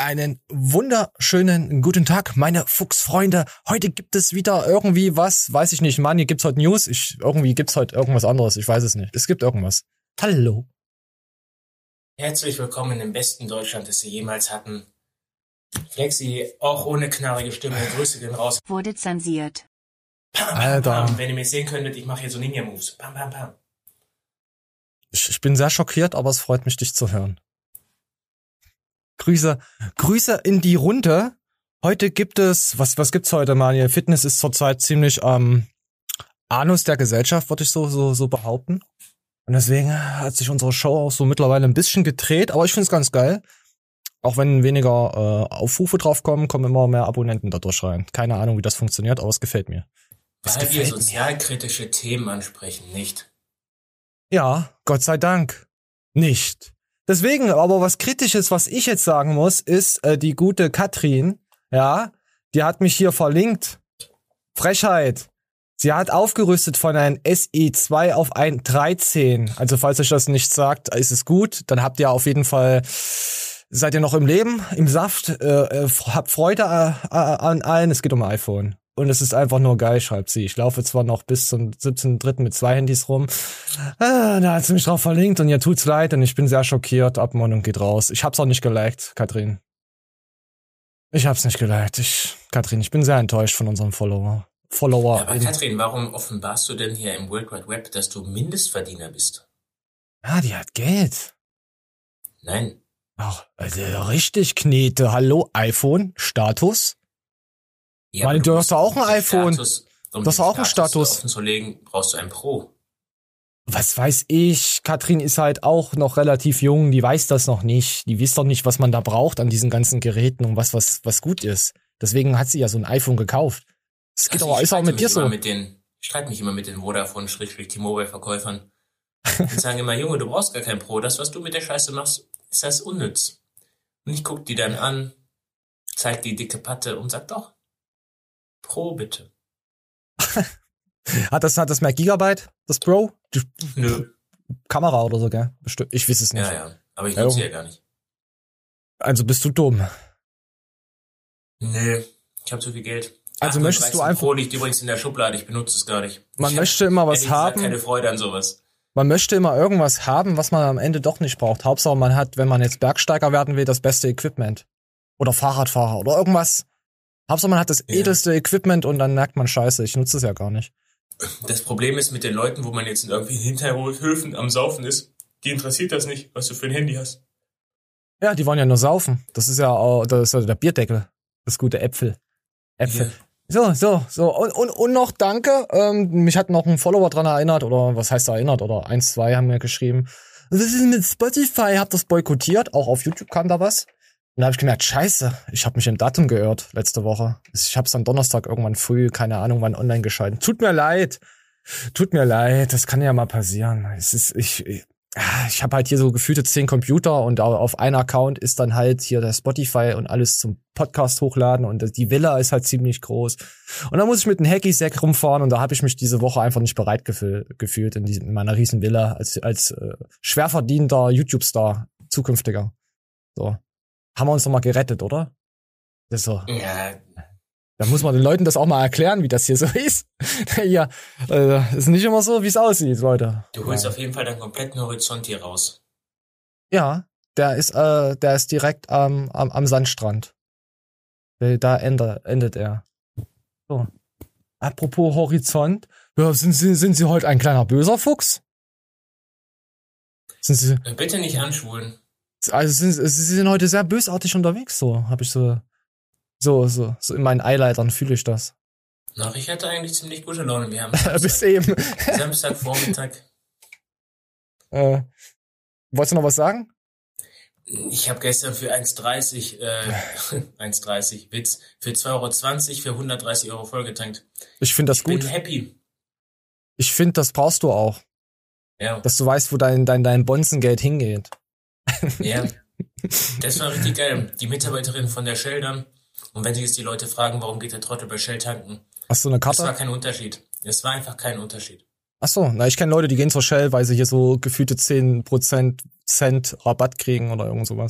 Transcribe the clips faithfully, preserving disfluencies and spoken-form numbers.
Einen wunderschönen guten Tag, meine Fuchsfreunde. Heute gibt es wieder irgendwie was, weiß ich nicht. Mann, hier gibt's heute News. Ich, irgendwie gibt's heute irgendwas anderes. Ich weiß es nicht. Es gibt irgendwas. Hallo. Herzlich willkommen im besten Deutschland, das Sie jemals hatten. Flexi, auch ohne knarrige Stimme, Grüße gehen raus. Wurde zensiert. Pam, pam, Alter. pam. Wenn ihr mich sehen könntet, ich mache hier so Ninja-Moves. Pam, pam, pam. Ich, ich bin sehr schockiert, aber es freut mich, dich zu hören. Grüße, Grüße in die Runde. Heute gibt es, was, was gibt's heute, Manuel? Fitness ist zurzeit ziemlich am ähm, Anus der Gesellschaft, würde ich so, so, so behaupten. Und deswegen hat sich unsere Show auch so mittlerweile ein bisschen gedreht, aber ich find's ganz geil. Auch wenn weniger äh, Aufrufe drauf kommen, kommen immer mehr Abonnenten dadurch rein. Keine Ahnung, wie das funktioniert, aber es gefällt mir. Es Weil wir gefällt sozialkritische mir. Themen ansprechen, nicht? Ja, Gott sei Dank. Nicht. Deswegen, aber was Kritisches, was ich jetzt sagen muss, ist, äh, die gute Katrin, ja, die hat mich hier verlinkt. Frechheit. Sie hat aufgerüstet von einem S E zwei auf ein dreizehn. Also falls euch das nicht sagt, ist es gut. Dann habt ihr auf jeden Fall, seid ihr noch im Leben, im Saft, äh, habt Freude äh, an allen. Es geht um ein iPhone. Und es ist einfach nur geil, schreibt sie. Ich laufe zwar noch bis zum siebzehnten dritten mit zwei Handys rum. Ah, da hat sie mich drauf verlinkt und ihr tut's leid und ich bin sehr schockiert. Abmahnung geht raus. Ich hab's auch nicht geliked, Katrin. Ich hab's nicht geliked. Ich, Katrin, ich bin sehr enttäuscht von unserem Follower. Follower. Ja, aber Katrin, warum offenbarst du denn hier im World Wide Web, dass du Mindestverdiener bist? Ah, die hat Geld. Nein. Ach, also richtig Knete. Hallo, iPhone, Status. Ja, Weil du hast doch auch ein iPhone. Status, um du hast auch einen Status. offen zu legen, brauchst du ein Pro. Was weiß ich? Katrin ist halt auch noch relativ jung. Die weiß das noch nicht. Die weiß doch nicht, was man da braucht an diesen ganzen Geräten und was was was gut ist. Deswegen hat sie ja so ein iPhone gekauft. Das geht Also aber ist auch mit dir so. Mit den, ich streite mich immer mit den Vodafone-T-Mobile-Verkäufern. Die sagen immer, Junge, du brauchst gar kein Pro. Das, was du mit der Scheiße machst, ist das unnütz. Und ich guck die dann an, zeig die dicke Patte und sag doch, Pro bitte. hat das hat das mehr Gigabyte, das Pro? Die Nö. Kamera oder so, gell? Bestimmt. Ich weiß es nicht. Ja, ja. Aber ich nutze sie ja gar nicht. Also bist du dumm. Nö. Ich habe zu viel Geld. Also möchtest du einfach... Pro liegt übrigens in der Schublade, ich benutze es gar nicht. Man ich möchte immer was gesagt, haben. keine Freude an sowas. Man möchte immer irgendwas haben, was man am Ende doch nicht braucht. Hauptsache man hat, wenn man jetzt Bergsteiger werden will, das beste Equipment. Oder Fahrradfahrer oder irgendwas. Hauptsache man hat das Ja. edelste Equipment und dann merkt man, scheiße, ich nutze es ja gar nicht. Das Problem ist mit den Leuten, wo man jetzt in irgendwie Hinterhöfen am Saufen ist, die interessiert das nicht, was du für ein Handy hast. Ja, die wollen ja nur saufen. Das ist ja auch, das ist ja der Bierdeckel. Das gute Äpfel. Äpfel. Ja. So, so, so. Und, und, und noch danke. Ähm, mich hat noch ein Follower dran erinnert, oder was heißt erinnert? Oder eins, zwei haben mir geschrieben. Was ist denn mit Spotify? Habt das boykottiert? Auch auf YouTube kam da was. Und da habe ich gemerkt, scheiße, ich habe mich im Datum geirrt letzte Woche. Ich habe es dann Donnerstag irgendwann früh, keine Ahnung wann, online geschaltet. Tut mir leid. Tut mir leid, das kann ja mal passieren. Es ist, ich, ich, ich habe halt hier so gefühlte zehn Computer und auf einem Account ist dann halt hier der Spotify und alles zum Podcast hochladen und die Villa ist halt ziemlich groß. Und da muss ich mit einem Hacky-Sack rumfahren und da habe ich mich diese Woche einfach nicht bereit gefühl, gefühlt in, diesem, in meiner riesen Villa als, als äh, schwer verdienter YouTube-Star, zukünftiger. So. Haben wir uns doch mal gerettet, oder? Das ist so. Ja. Da muss man den Leuten das auch mal erklären, wie das hier so ist. Ja, äh, ist nicht immer so, wie es aussieht, Leute. Du holst ja. auf jeden Fall deinen kompletten Horizont hier raus. Ja, der ist, äh, der ist direkt am, am, am Sandstrand. Da endet, endet er. So. Apropos Horizont. Ja, sind Sie, sind Sie heute ein kleiner böser Fuchs? Sind Sie, Bitte nicht anschwulen. also sind, Sie sind heute sehr bösartig unterwegs, so, habe ich so, so, so, so in meinen Eileitern fühle ich das. Ach, ich hatte eigentlich ziemlich gute Laune. Wir haben Bis eben. Samstagvormittag. äh, wolltest du noch was sagen? Ich habe gestern für eins dreißig, äh, eins dreißig, Witz, für zwei Euro zwanzig für hundertdreißig Euro vollgetankt. Ich finde das ich gut. Ich bin happy. Ich finde, das brauchst du auch. Ja. Dass du weißt, wo dein, dein, dein Bonzengeld hingeht. Ja. Das war richtig geil. Die Mitarbeiterin von der Shell dann. Und wenn sich jetzt die Leute fragen, warum geht der Trottel bei Shell tanken? Hast du eine Karte? Das war kein Unterschied. Es war einfach kein Unterschied. Ach so, na, ich kenne Leute, die gehen zur Shell, weil sie hier so gefühlte zehn Prozent Cent Rabatt kriegen oder irgend sowas.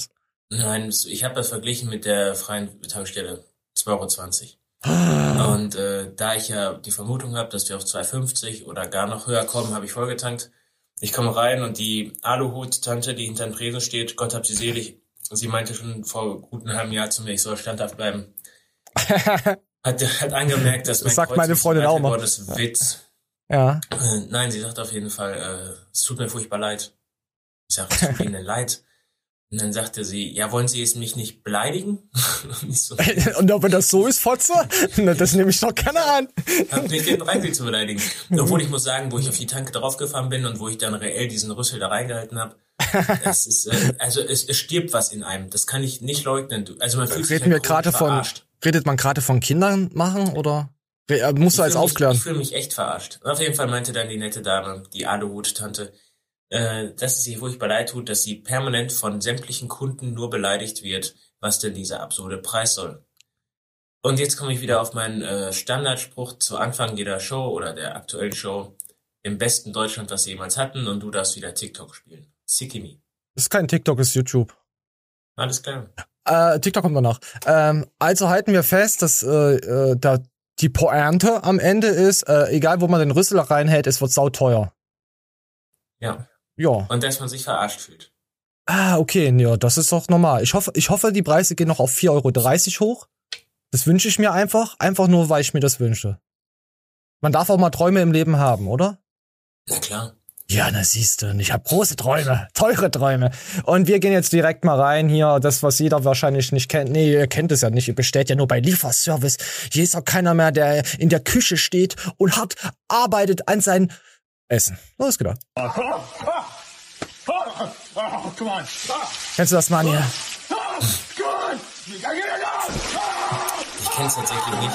Nein, ich habe das verglichen mit der freien Tankstelle. zwei Euro zwanzig. Und äh, da ich ja die Vermutung habe, dass wir auf zwei fünfzig oder gar noch höher kommen, habe ich vollgetankt. Ich komme rein und die Aluhut-Tante, die hinterm Tresen steht, Gott hab sie selig, sie meinte schon vor gut einem halben Jahr zu mir, ich soll standhaft bleiben. hat, hat angemerkt, dass mein das sagt Kreuz meine Freundin auch mal. Ist Witz. Ja. Äh, nein, sie sagt auf jeden Fall, äh, es tut mir furchtbar leid. Ich sage, was tut Ihnen denn leid? Und dann sagte sie, ja, wollen Sie es mich nicht beleidigen? Und, ich so, und wenn das so ist, Fotze, das nehme ich doch keiner an. Hab nicht den Reinweg zu beleidigen. Obwohl ich muss sagen, wo ich auf die Tanke draufgefahren bin und wo ich dann reell diesen Rüssel da reingehalten habe, es ist, äh, also es, es stirbt was in einem. Das kann ich nicht leugnen. Du- Also man fühlt sich Reden wir halt gerade chronisch von, verarscht. redet man gerade von Kindern machen oder Re- äh, musst du Ich als fühl mich, aufklären? ich fühle mich echt verarscht. Auf jeden Fall meinte dann die nette Dame, die Aluhut-Tante, äh, dass es ihr furchtbar leid tut, dass sie permanent von sämtlichen Kunden nur beleidigt wird, was denn dieser absurde Preis soll. Und jetzt komme ich wieder auf meinen äh, Standardspruch zu Anfang jeder Show oder der aktuellen Show. Im besten Deutschland, was sie jemals hatten, und du darfst wieder TikTok spielen. Sickimi. Das ist kein TikTok, das ist YouTube. Alles klar. Äh, TikTok kommt danach. Ähm, also halten wir fest, dass äh, äh, da die Pointe am Ende ist, äh, egal wo man den Rüssel reinhält, es wird sauteuer. Ja. Ja. Und dass man sich verarscht fühlt. Ah, okay, ja, das ist doch normal. Ich hoffe, ich hoffe, die Preise gehen noch auf vier Euro dreißig hoch. Das wünsche ich mir einfach, einfach nur, weil ich mir das wünsche. Man darf auch mal Träume im Leben haben, oder? Na klar. Ja, na siehst du, ich habe große Träume, teure Träume. Und wir gehen jetzt direkt mal rein hier, das, was jeder wahrscheinlich nicht kennt. Nee, ihr kennt es ja nicht, ihr bestellt ja nur bei Lieferservice. Hier ist auch keiner mehr, der in der Küche steht und hart arbeitet an sein Essen. Los, genau. Kennst du das, Mann hier? Ich kenn's tatsächlich nicht.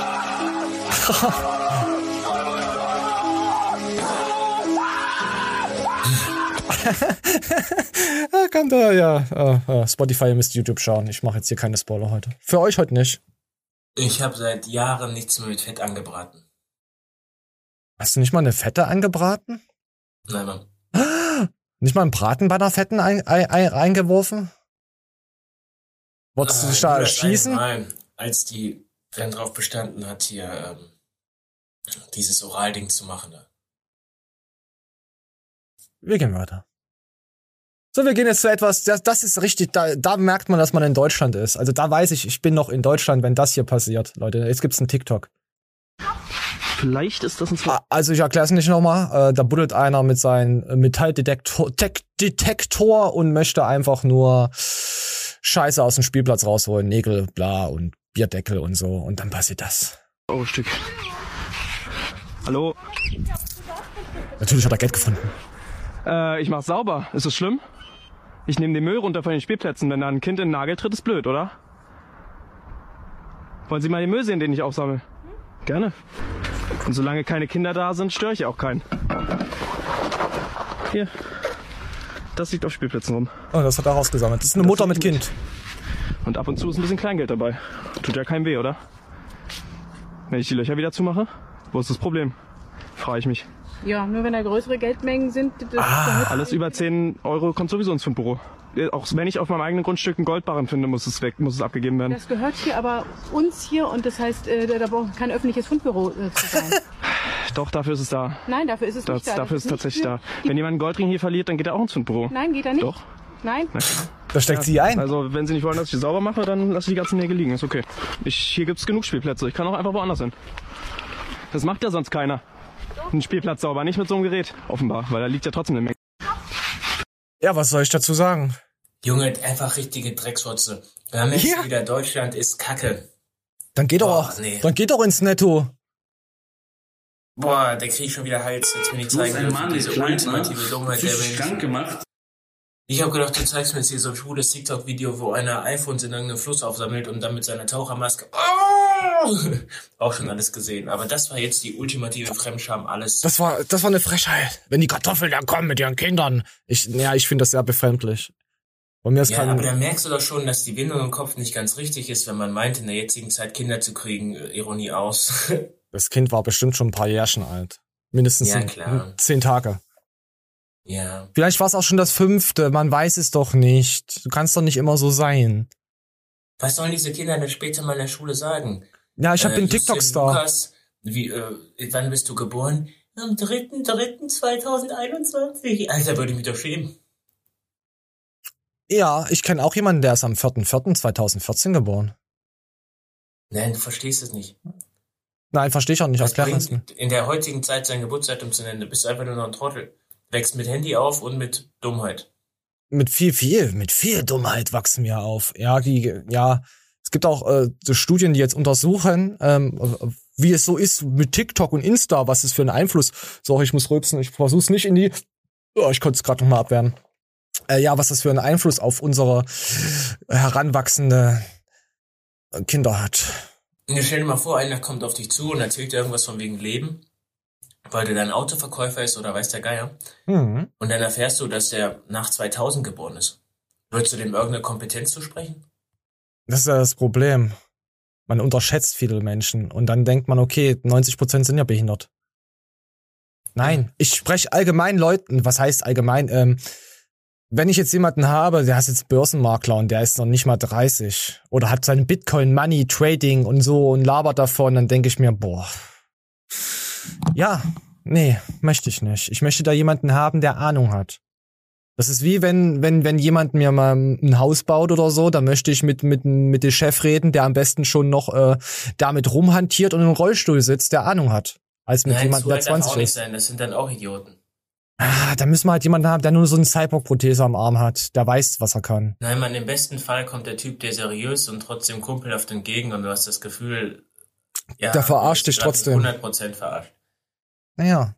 Ja, kommt da, ja. Ah, ah, Spotify, ihr müsst YouTube schauen. Ich mache jetzt hier keine Spoiler heute. Für euch heute nicht. Ich habe seit Jahren nichts mehr mit Fett angebraten. Hast du nicht mal eine Fette angebraten? Nein, Mann. Nicht mal einen Braten bei einer Fetten ein, ein, ein, eingeworfen? Wolltest du dich da nur das schießen? eine Mal, als die dann drauf bestanden hat, hier ähm, dieses Oralding zu machen. Da. Wir gehen weiter. So, wir gehen jetzt zu etwas, das, das ist richtig, da, da merkt man, dass man in Deutschland ist. Also da weiß ich, ich bin noch in Deutschland, wenn das hier passiert. Leute, jetzt gibt's einen TikTok. Vielleicht ist das ein Zwe- Ah, Also ich erkläre es nicht nochmal. Äh, da buddelt einer mit seinem Metalldetektor Tek- Detektor und möchte einfach nur Scheiße aus dem Spielplatz rausholen. Nägel, bla und Bierdeckel und so. Und dann passiert das. Oh, Stück. Hallo? Natürlich hat er Geld gefunden. Äh, ich mach sauber. Ist das schlimm? Ich nehme den Müll runter von den Spielplätzen. Wenn da ein Kind in den Nagel tritt, ist blöd, oder? Wollen Sie mal den Müll sehen, den ich aufsammle? Gerne. Und solange keine Kinder da sind, störe ich auch keinen. Hier. Das liegt auf Spielplätzen rum. Oh, das hat er rausgesammelt. Das ist eine Das Mutter nehme mit ich Kind. Und ab und zu ist ein bisschen Kleingeld dabei. Tut ja keinem weh, oder? Wenn ich die Löcher wieder zumache, wo ist das Problem? Frage ich mich. Ja, nur wenn da größere Geldmengen sind. Das Ah. Alles über zehn Euro kommt sowieso ins Fundbüro. Auch wenn ich auf meinem eigenen Grundstück einen Goldbarren finde, muss es weg, muss es abgegeben werden. Das gehört hier aber uns hier und das heißt, äh, da braucht kein öffentliches Fundbüro äh, zu sein. Doch, dafür ist es da. Nein, dafür ist es Das, nicht da. dafür Das ist es tatsächlich nicht da. für- Wenn jemand einen Goldring hier verliert, dann geht er auch ins Fundbüro. Nein, geht er nicht. Doch. Nein. Da steckt sie ein. Also, wenn Sie nicht wollen, dass ich die sauber mache, dann lasse ich die ganzen Nägel liegen. Ist okay. Ich, hier gibt's genug Spielplätze. Ich kann auch einfach woanders hin. Das macht ja sonst keiner. Ein Spielplatz sauber, nicht mit so einem Gerät. Offenbar, weil da liegt ja trotzdem eine Menge. Ja, was soll ich dazu sagen? Junge, einfach richtige Dreckswurzel. Da merkst Ja. du wieder, Deutschland ist Kacke. Dann geht doch Boah, auch, nee. dann geht doch ins Netto. Boah, der krieg ich schon wieder Hals, jetzt bin ich Du bist zeigen ein dürfen, Mann, diese klein, ultimative ne? Dummheit der Physisch krank Menschen. gemacht. Ich habe gedacht, du zeigst mir jetzt hier so ein schwules TikTok-Video, wo einer iPhones in irgendeinem Fluss aufsammelt und dann mit seiner Tauchermaske. Oh! Auch schon alles gesehen. Aber das war jetzt die ultimative Fremdscham, alles. Das war, das war eine Frechheit. Wenn die Kartoffeln da kommen mit ihren Kindern. Ich, ja, ich finde das sehr befremdlich. Und mir ist Ja, kein, aber da merkst du doch schon, dass die Windung im Kopf nicht ganz richtig ist, wenn man meint, in der jetzigen Zeit Kinder zu kriegen. Äh, Ironie aus. das Kind war bestimmt schon ein paar Jährchen alt. Mindestens Ja, ein- klar. zehn Tage. Ja. Vielleicht war es auch schon das fünfte, man weiß es doch nicht. Du kannst doch nicht immer so sein. Was sollen diese Kinder denn später mal in der Schule sagen? Ja, ich hab Äh, den Justin TikTok-Star. Lukas, wie, äh, wann bist du geboren? Am dritten dritten zweitausendeinundzwanzig. Alter, würde ich mich doch schämen. Ja, ich kenne auch jemanden, der ist am vierten vierten zweitausendvierzehn geboren. Nein, du verstehst es nicht. Nein, verstehe ich auch nicht. Was Erklär es mir. bringt in der heutigen Zeit sein Geburtsdatum zu nennen? Du bist einfach nur noch ein Trottel. Wächst mit Handy auf und mit Dummheit. Mit viel, viel, mit viel Dummheit wachsen wir auf. Ja, die, ja, es gibt auch äh, so Studien, die jetzt untersuchen, ähm, wie es so ist mit TikTok und Insta, was es für einen Einfluss. Sorry, ich muss rülpsen, ich versuch's nicht in die. Oh, ich konnte es gerade noch mal abwehren. Äh, ja, was das für einen Einfluss auf unsere heranwachsende Kinder hat. Und stell dir mal vor, einer kommt auf dich zu und erzählt dir irgendwas von wegen Leben, weil der dein Autoverkäufer ist oder weiß der Geier. Mhm. Und dann erfährst du, dass der nach zweitausend geboren ist. Würdest du dem irgendeine Kompetenz zusprechen? Das ist ja das Problem. Man unterschätzt viele Menschen und dann denkt man, okay, neunzig Prozent sind ja behindert. Nein, ich spreche allgemein Leuten, was heißt allgemein, ähm, wenn ich jetzt jemanden habe, der ist jetzt Börsenmakler und der ist noch nicht mal dreißig oder hat sein Bitcoin Money Trading und so und labert davon, dann denke ich mir, boah, ja, nee, möchte ich nicht. Ich möchte da jemanden haben, der Ahnung hat. Das ist wie wenn wenn wenn jemand mir mal ein Haus baut oder so, dann möchte ich mit mit mit dem Chef reden, der am besten schon noch äh, damit rumhantiert und im Rollstuhl sitzt, der Ahnung hat, als mit Nein, jemandem, der so alt darf auch zwanzig nicht ist. sein. Das sind dann auch Idioten. Ah, da müssen wir halt jemanden haben, der nur so eine Cyborg-Prothese am Arm hat, der weiß, was er kann. Nein, man, im besten Fall kommt der Typ dir seriös und trotzdem kumpelhaft entgegen und du hast das Gefühl, ja, Der verarscht du bist dich grad trotzdem. hundert Prozent verarscht. Naja.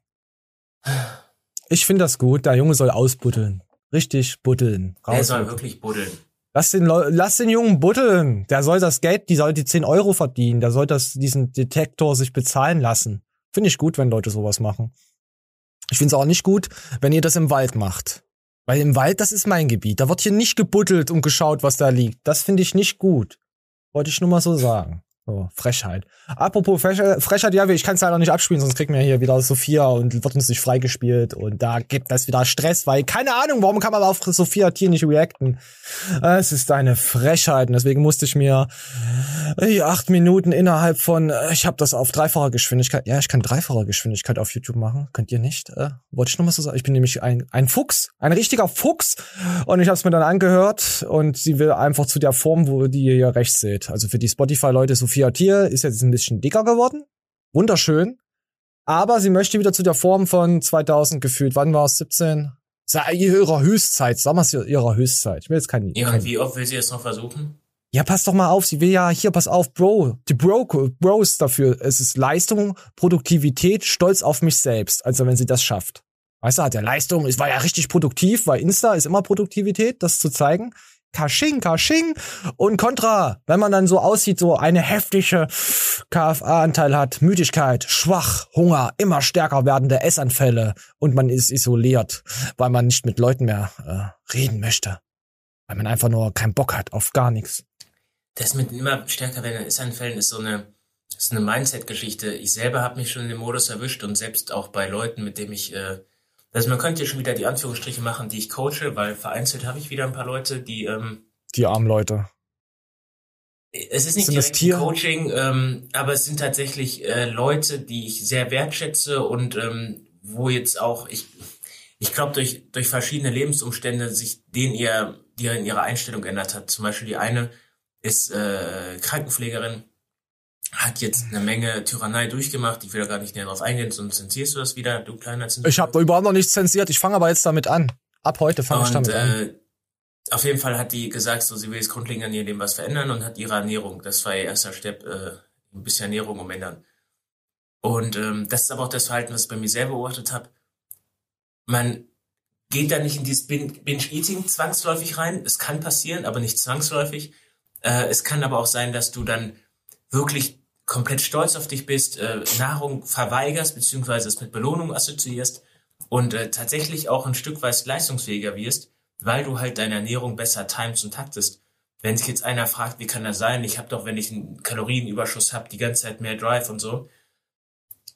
Ich finde das gut, der Junge soll ausbuddeln. Richtig buddeln. Der soll Rausbuddeln. wirklich buddeln. Lass den, Leu- lass den Jungen buddeln. Der soll das Geld, die soll die zehn Euro verdienen. Der soll das, diesen Detektor sich bezahlen lassen. Finde ich gut, wenn Leute sowas machen. Ich finde es auch nicht gut, wenn ihr das im Wald macht. Weil im Wald, das ist mein Gebiet. Da wird hier nicht gebuddelt und geschaut, was da liegt. Das finde ich nicht gut. Wollte ich nur mal so sagen. So, Frechheit. Apropos Frech- Frechheit, ja, ich kann es leider nicht abspielen, sonst kriegen wir hier wieder Sophia und wird uns nicht freigespielt und da gibt es wieder Stress, weil, keine Ahnung, warum kann man auf Sophia Tier nicht reacten? Es ist eine Frechheit und deswegen musste ich mir die acht Minuten innerhalb von, ich habe das auf dreifacher Geschwindigkeit, ja, ich kann dreifacher Geschwindigkeit auf YouTube machen, könnt ihr nicht? Äh, wollte ich nur mal so sagen, ich bin nämlich ein, ein Fuchs, ein richtiger Fuchs und ich habe es mir dann angehört und sie will einfach zu der Form, wo die ihr hier rechts seht, also für die Spotify-Leute, Sophia Tier ist jetzt ein bisschen dicker geworden. Wunderschön. Aber sie möchte wieder zu der Form von zweitausend gefühlt. Wann war es? siebzehn? Sei ihrer Höchstzeit. Sag mal es ihrer Höchstzeit. Ich will jetzt kein, Ja, kein und wie oft will sie es noch versuchen? Ja, pass doch mal auf. Sie will ja, hier, pass auf, Bro. Die Bro, Bros dafür. Es ist Leistung, Produktivität, Stolz auf mich selbst. Also wenn sie das schafft. Weißt du, hat ja Leistung. Es war ja richtig produktiv, weil Insta ist immer Produktivität, das zu zeigen. Kasching, Kasching und Kontra, wenn man dann so aussieht, so eine heftige K F A-Anteil hat, Müdigkeit, schwach, Hunger, immer stärker werdende Essanfälle und man ist isoliert, weil man nicht mit Leuten mehr äh, reden möchte, weil man einfach nur keinen Bock hat auf gar nichts. Das mit immer stärker werdenden Essanfällen ist so eine, ist eine Mindset-Geschichte. Ich selber habe mich schon in dem Modus erwischt und selbst auch bei Leuten, mit denen ich äh, Also man könnte ja schon wieder die Anführungsstriche machen, die ich coache, weil vereinzelt habe ich wieder ein paar Leute, die ähm, Die armen Leute. es ist nicht Sind das direkt Tier- ein Coaching, ähm, aber es sind tatsächlich äh, Leute, die ich sehr wertschätze und ähm, wo jetzt auch ich ich glaube durch durch verschiedene Lebensumstände sich denen ihr die in ihrer Einstellung geändert hat. Zum Beispiel die eine ist äh, Krankenpflegerin, hat jetzt eine Menge Tyrannei durchgemacht. Ich will da gar nicht näher drauf eingehen, sonst zensierst du das wieder, du kleiner Zensur. Ich habe da überhaupt noch nichts zensiert. Ich fange aber jetzt damit an. Ab heute fange ich Und damit an. äh, auf jeden Fall hat die gesagt, so sie will jetzt grundlegend an ihrem Leben was verändern und hat ihre Ernährung, das war ihr erster Step, äh, ein bisschen Ernährung umändern. Und ähm, das ist aber auch das Verhalten, was ich bei mir selber beobachtet habe. Man geht da nicht in dieses Bin- Binge-Eating zwangsläufig rein. Es kann passieren, aber nicht zwangsläufig. Äh, es kann aber auch sein, dass du dann wirklich komplett stolz auf dich bist, äh, Nahrung verweigerst, beziehungsweise es mit Belohnung assoziierst und äh, tatsächlich auch ein Stück weit leistungsfähiger wirst, weil du halt deine Ernährung besser timest und taktest. Wenn sich jetzt einer fragt, wie kann das sein? Ich habe doch, wenn ich einen Kalorienüberschuss habe, die ganze Zeit mehr Drive und so.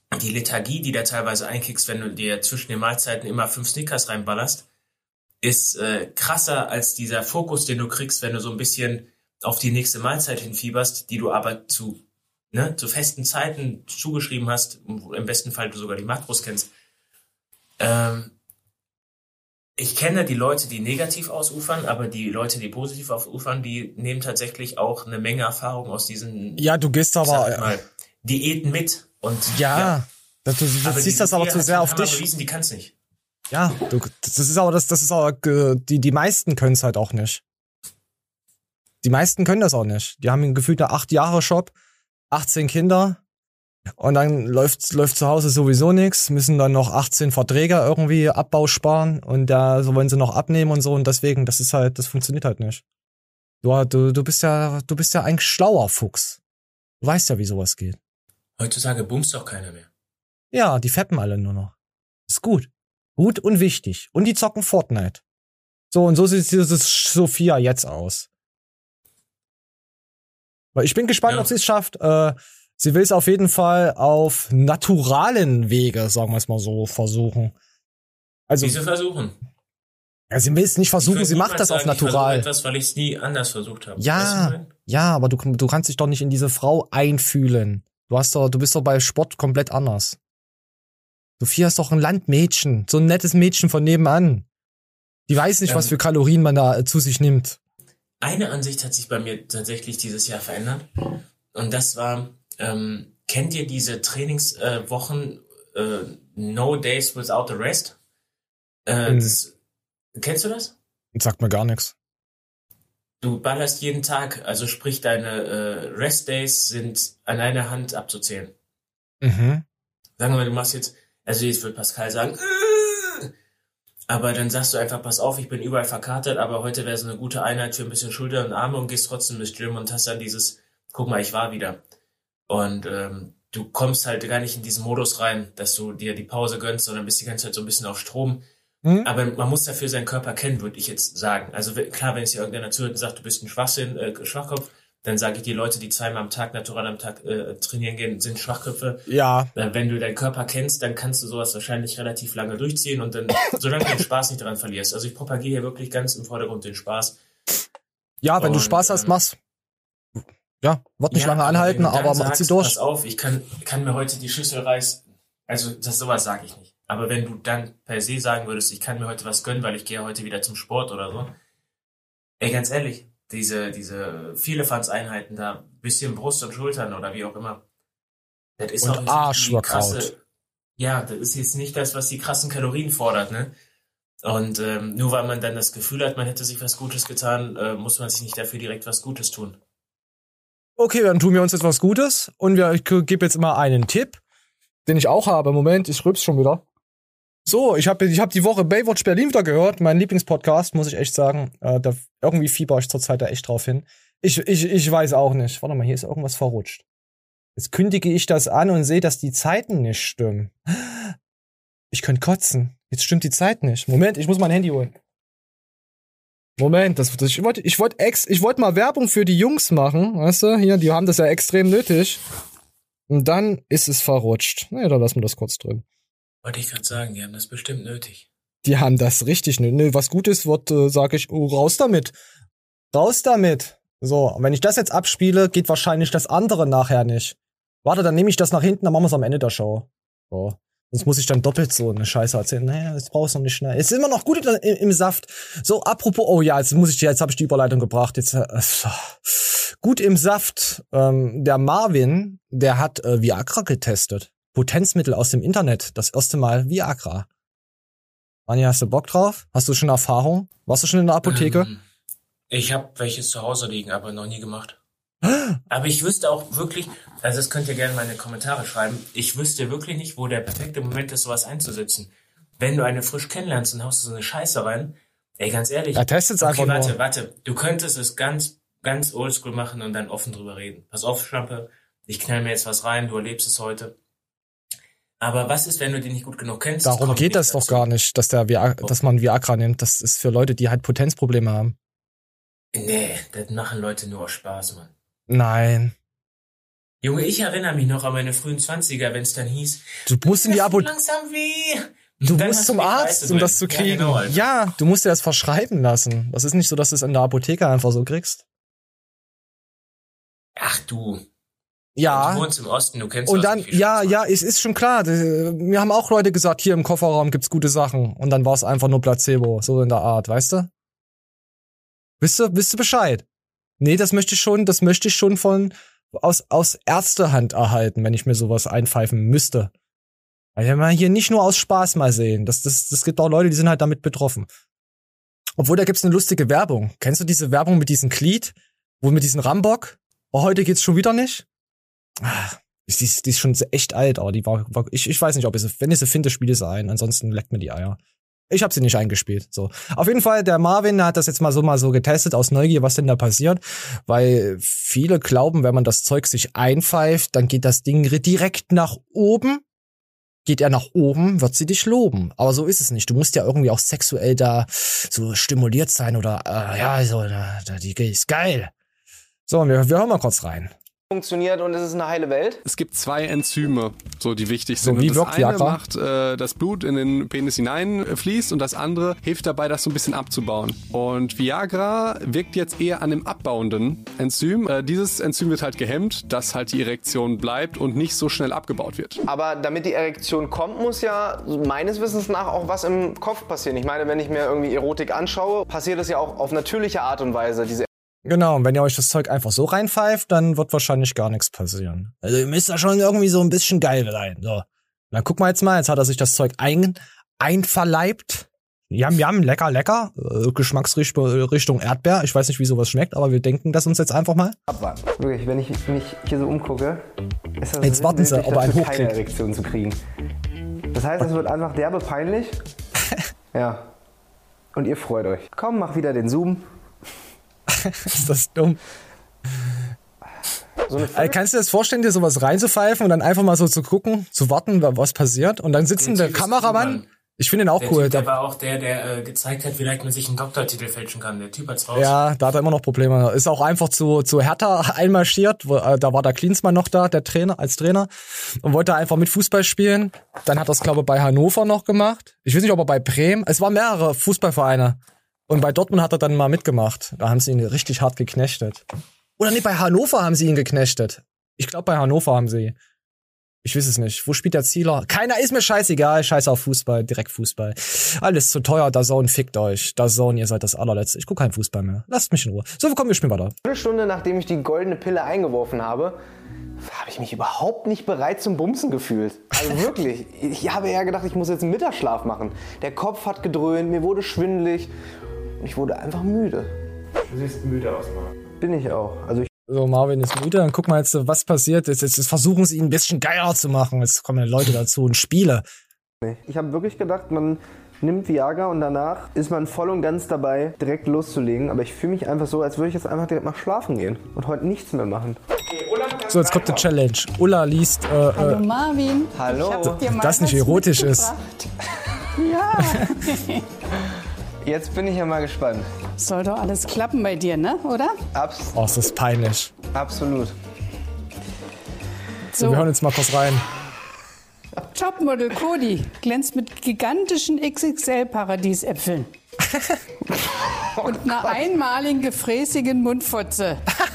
die Lethargie, die da teilweise einkickst, wenn du dir zwischen den Mahlzeiten immer fünf Snickers reinballerst, ist äh, krasser als dieser Fokus, den du kriegst, wenn du so ein bisschen auf die nächste Mahlzeit hinfieberst, die du aber zu, ne, zu festen Zeiten zugeschrieben hast, im besten Fall du sogar die Makros kennst. Ähm, ich kenne die Leute, die negativ ausufern, aber die Leute, die positiv ausufern, die nehmen tatsächlich auch eine Menge Erfahrung aus diesen Ja, du gehst aber sag ich mal, Diäten mit. Und ja, ja. Das, du, du aber ziehst das aber zu sehr auf dich. Bewiesen, die kann's nicht. Ja, du, das ist aber das, das ist aber äh, die die meisten können es halt auch nicht. Die meisten können das auch nicht. Die haben einen gefühlten acht Jahre Shop, achtzehn Kinder und dann läuft läuft zu Hause sowieso nichts, müssen dann noch achtzehn Verträge irgendwie Abbau sparen und da so wollen sie noch abnehmen und so und deswegen, das ist halt, das funktioniert halt nicht. Du du du bist ja du bist ja ein schlauer Fuchs. Du weißt ja, wie sowas geht. Heutzutage bumst doch keiner mehr. Ja, die feppen alle nur noch. Ist gut. Gut und wichtig. Und die zocken Fortnite. So, und so sieht dieses Sophia jetzt aus. Weil ich bin gespannt, Ja. ob sie es schafft. Äh, sie will es auf jeden Fall auf naturalen Wege, sagen wir es mal so, versuchen. Also, Wieso versuchen? ja, sie will es nicht versuchen, Ich sie würd macht niemals das auf sagen, ich natural. versuche etwas, weil ich es nie anders versucht habe. Ja. Weißt du, was ich meine? Ja, aber du, du kannst dich doch nicht in diese Frau einfühlen. Du hast doch, du bist doch bei Sport komplett anders. Sophia ist doch ein Landmädchen, so ein nettes Mädchen von nebenan. Die weiß nicht, Ähm, was für Kalorien man da äh, zu sich nimmt. Eine Ansicht hat sich bei mir tatsächlich dieses Jahr verändert. Und das war, ähm, kennt ihr diese Trainingswochen äh, äh, No Days Without a Rest? Äh, Hm. das, kennst du das? Sagt mir gar nichts. Du ballerst jeden Tag, also sprich deine äh, Rest Days sind an einer Hand abzuzählen. Mhm. Sagen wir mal, du machst jetzt, also jetzt wird Pascal sagen, "Äh", aber dann sagst du einfach, pass auf, ich bin überall verkatert, aber heute wäre so eine gute Einheit für ein bisschen Schulter und Arme und gehst trotzdem ins Gym und hast dann dieses, guck mal, ich war wieder. Und ähm, du kommst halt gar nicht in diesen Modus rein, dass du dir die Pause gönnst, sondern bist die ganze Zeit so ein bisschen auf Strom. Hm? Aber man muss dafür seinen Körper kennen, würde ich jetzt sagen. Also wenn- klar, wenn es dir irgendeiner zuhört und sagt, du bist ein Schwachsinn, äh, Schwachkopf, dann sage ich, die Leute, die zweimal am Tag natural am Tag äh, trainieren gehen, sind Schwachköpfe. Ja. Äh, Wenn du deinen Körper kennst, dann kannst du sowas wahrscheinlich relativ lange durchziehen und dann, solange du den Spaß nicht daran verlierst. Also ich propagiere hier wirklich ganz im Vordergrund den Spaß. Ja, wenn du Und, Spaß hast, ähm, mach's. Ja, wird nicht Ja, lange aber anhalten, wenn du dann aber mach sagst, sie durch. Pass auf, ich kann, kann mir heute die Schüssel reißen. Also das sowas sage ich nicht. Aber wenn du dann per se sagen würdest, ich kann mir heute was gönnen, weil ich gehe heute wieder zum Sport oder so. Ey, ganz ehrlich, diese, diese Vierlefanz-Einheiten da, bisschen Brust und Schultern oder wie auch immer. Das ist Und auch jetzt nicht die Arschworkout. krasse, ja, das ist jetzt nicht das, was die krassen Kalorien fordert, ne? Und ähm, nur weil man dann das Gefühl hat, man hätte sich was Gutes getan, äh, muss man sich nicht dafür direkt was Gutes tun. Okay, dann tun wir uns jetzt was Gutes und wir, ich gebe jetzt immer einen Tipp, den ich auch habe. Moment, ich rülps schon wieder. So, ich habe ich hab die Woche Baywatch Berlin wieder gehört, mein Lieblingspodcast, muss ich echt sagen. Äh, da, irgendwie fieber ich zurzeit da echt drauf hin. Ich, ich, ich weiß auch nicht. Warte mal, hier ist irgendwas verrutscht. Jetzt kündige ich das an und sehe, dass die Zeiten nicht stimmen. Ich könnte kotzen. Jetzt stimmt die Zeit nicht. Moment, ich muss mein Handy holen. Moment, das, das, ich wollte ich wollte ex, ich wollte mal Werbung für die Jungs machen, weißt du? Hier, die haben das ja extrem nötig. Und dann ist es verrutscht. Naja, dann lassen wir das kurz drin. Wollte ich gerade sagen, die haben das bestimmt nötig. Die haben das richtig nötig. Nö, was gut ist, wird, äh, sag ich, oh, raus damit. Raus damit. So, und wenn ich das jetzt abspiele, geht wahrscheinlich das andere nachher nicht. Warte, dann nehme ich das nach hinten, dann machen wir es am Ende der Show. So. Sonst muss ich dann doppelt so eine Scheiße erzählen. Naja, jetzt brauchst du noch nicht schnell. Jetzt ist immer noch gut im, im Saft. So, apropos, oh ja, jetzt muss ich, jetzt habe ich die Überleitung gebracht. Jetzt äh, gut im Saft. Ähm, der Marvin, der hat äh, Viagra getestet. Potenzmittel aus dem Internet. Das erste Mal Viagra. Anja, hast du Bock drauf? Hast du schon Erfahrung? Warst du schon in der Apotheke? Ähm, ich habe welches zu Hause liegen, aber noch nie gemacht. Aber ich wüsste auch wirklich, also das könnt ihr gerne mal in die Kommentare schreiben, ich wüsste wirklich nicht, wo der perfekte Moment ist, sowas einzusetzen. Wenn du eine frisch kennenlernst und haust du so eine Scheiße rein, ey, ganz ehrlich. Ja, testet's okay, einfach warte, nur. warte, du könntest es ganz, ganz oldschool machen und dann offen drüber reden. Pass auf, Schlampe, ich knall mir jetzt was rein, du erlebst es heute. Aber was ist, wenn du den nicht gut genug kennst? Darum Kommt geht nicht das doch dazu. gar nicht, dass der Viagra, dass man Viagra nimmt. Das ist für Leute, die halt Potenzprobleme haben. Nee, das machen Leute nur aus Spaß, Mann. Nein. Junge, ich erinnere mich noch an meine frühen Zwanziger, wenn es dann hieß, Du musst in die Apotheke. langsam weh. Du Dann musst hast zum du die Arzt, Scheiße um drin. das zu Ja, kriegen. genau, Alter. Ja, du musst dir das verschreiben lassen. Das ist nicht so, dass du es in der Apotheke einfach so kriegst. Ach du. Ja. Du wohnst im Osten, du kennst Und was dann, nicht viel ja, Spaß ja, macht. es ist schon klar. d- Mir haben auch Leute gesagt, hier im Kofferraum gibt's gute Sachen. Und dann war es einfach nur Placebo, so in der Art, weißt du? Wisst du, wisst du Bescheid? Nee, das möchte ich schon, das möchte ich schon von, aus, aus Ärztehand erhalten, wenn ich mir sowas einpfeifen müsste. Weil wir hier nicht nur aus Spaß mal sehen. Das, das, das gibt auch Leute, die sind halt damit betroffen. Obwohl, da gibt's eine lustige Werbung. Kennst du diese Werbung mit diesem Glied? Wo mit diesem Rambock? Oh, heute geht's schon wieder nicht? Ah, die ist, die ist schon echt alt, aber die war, war ich, ich weiß nicht, ob ich sie, wenn ich sie finde, spiele ich sie ein. Ansonsten leckt mir die Eier. Ich habe sie nicht eingespielt. So. Auf jeden Fall, der Marvin hat das jetzt mal so mal so getestet aus Neugier, was denn da passiert. Weil viele glauben, wenn man das Zeug sich einpfeift, dann geht das Ding direkt nach oben. Geht er nach oben, wird sie dich loben. Aber so ist es nicht. Du musst ja irgendwie auch sexuell da so stimuliert sein oder, äh, ja, so, da, da, die ist geil. So, wir, wir hören mal kurz rein. Funktioniert und es ist eine heile Welt. Es gibt zwei Enzyme, so die wichtig So, sind. wie und das wirkt eine Viagra? macht, äh, das Blut in den Penis hineinfließt und das andere hilft dabei, das so ein bisschen abzubauen. Und Viagra wirkt jetzt eher an dem abbauenden Enzym. Äh, dieses Enzym wird halt gehemmt, dass halt die Erektion bleibt und nicht so schnell abgebaut wird. Aber damit die Erektion kommt, muss ja meines Wissens nach auch was im Kopf passieren. Ich meine, wenn ich mir irgendwie Erotik anschaue, passiert es ja auch auf natürliche Art und Weise. Diese Genau, und wenn ihr euch das Zeug einfach so reinpfeift, dann wird wahrscheinlich gar nichts passieren. Also ihr müsst da schon irgendwie so ein bisschen geil sein. So. Dann guck mal jetzt mal, jetzt hat er sich das Zeug ein, einverleibt. Jam, jam, lecker, lecker. Äh, Geschmacksrichtung Erdbeer. Ich weiß nicht, wie sowas schmeckt, aber wir denken das uns jetzt einfach mal. abwarten. Wirklich, wenn ich mich hier so umgucke, ist das Jetzt warten Sie, sinnbildlich ob er einen dafür, hochkriegt. keine Erektion zu kriegen. Das heißt, es wird einfach derbe peinlich. Ja. Und ihr freut euch. Komm, mach wieder den Zoom. Ist das dumm? So eine Ey, kannst du dir das vorstellen, dir sowas reinzupfeifen und dann einfach mal so zu gucken, zu warten, wa- was passiert? Und dann sitzen der Typ ist Kameramann. Mann. Ich finde den auch Der cool. Typ, der Der, war auch der, der äh, gezeigt hat, wie leicht man sich einen Doktortitel fälschen kann. Der Typ hat's raus. ja, da hat er immer noch Probleme. Ist auch einfach zu, zu Hertha einmarschiert. Wo, äh, da war der Klinsmann noch da, der Trainer, als Trainer. Und wollte einfach mit Fußball spielen. Dann hat er es, glaube ich, bei Hannover noch gemacht. Ich weiß nicht, ob er bei Bremen. Es waren mehrere Fußballvereine. Und bei Dortmund hat er dann mal mitgemacht. Da haben sie ihn richtig hart geknechtet. Oder nee, bei Hannover haben sie ihn geknechtet. Ich glaube, bei Hannover haben sie. Ich weiß es nicht. Wo spielt der Zieler? Keiner, ist mir scheißegal. Scheiß auf Fußball, direkt Fußball. Alles zu teuer. DAZN fickt euch. DAZN, ihr seid das allerletzte. Ich gucke keinen Fußball mehr. Lasst mich in Ruhe. So, komm, wir spielen weiter. Eine Stunde, nachdem ich die goldene Pille eingeworfen habe, habe ich mich überhaupt nicht bereit zum Bumsen gefühlt. Also wirklich. Ich habe eher gedacht, ich muss jetzt einen Mittagsschlaf machen. Der Kopf hat gedröhnt, mir wurde schwindelig. Und ich wurde einfach müde. Du siehst müde aus, Mann. Bin ich auch. Also ich So, Marvin ist müde. Dann guck mal jetzt, was passiert. Jetzt, jetzt, jetzt versuchen sie ihn ein bisschen geiler zu machen. Jetzt kommen Leute dazu und Spiele. Ich habe wirklich gedacht, man nimmt Viagra und danach ist man voll und ganz dabei, direkt loszulegen. Aber ich fühle mich einfach so, als würde ich jetzt einfach direkt mal schlafen gehen und heute nichts mehr machen. So, jetzt kommt die Challenge. Ulla liest, äh, Hallo äh, Marvin. Hallo. Ich hab dir mal das nicht was erotisch ist. mitgebracht. Ja. Jetzt bin ich ja mal gespannt. Soll doch alles klappen bei dir, ne? Oder? Abs Oh, ist das peinlich. absolut. So, wir hören jetzt mal kurz rein. Topmodel Cody glänzt mit gigantischen X X L-Paradiesäpfeln. Und einer einmaligen gefräßigen Mundfotze.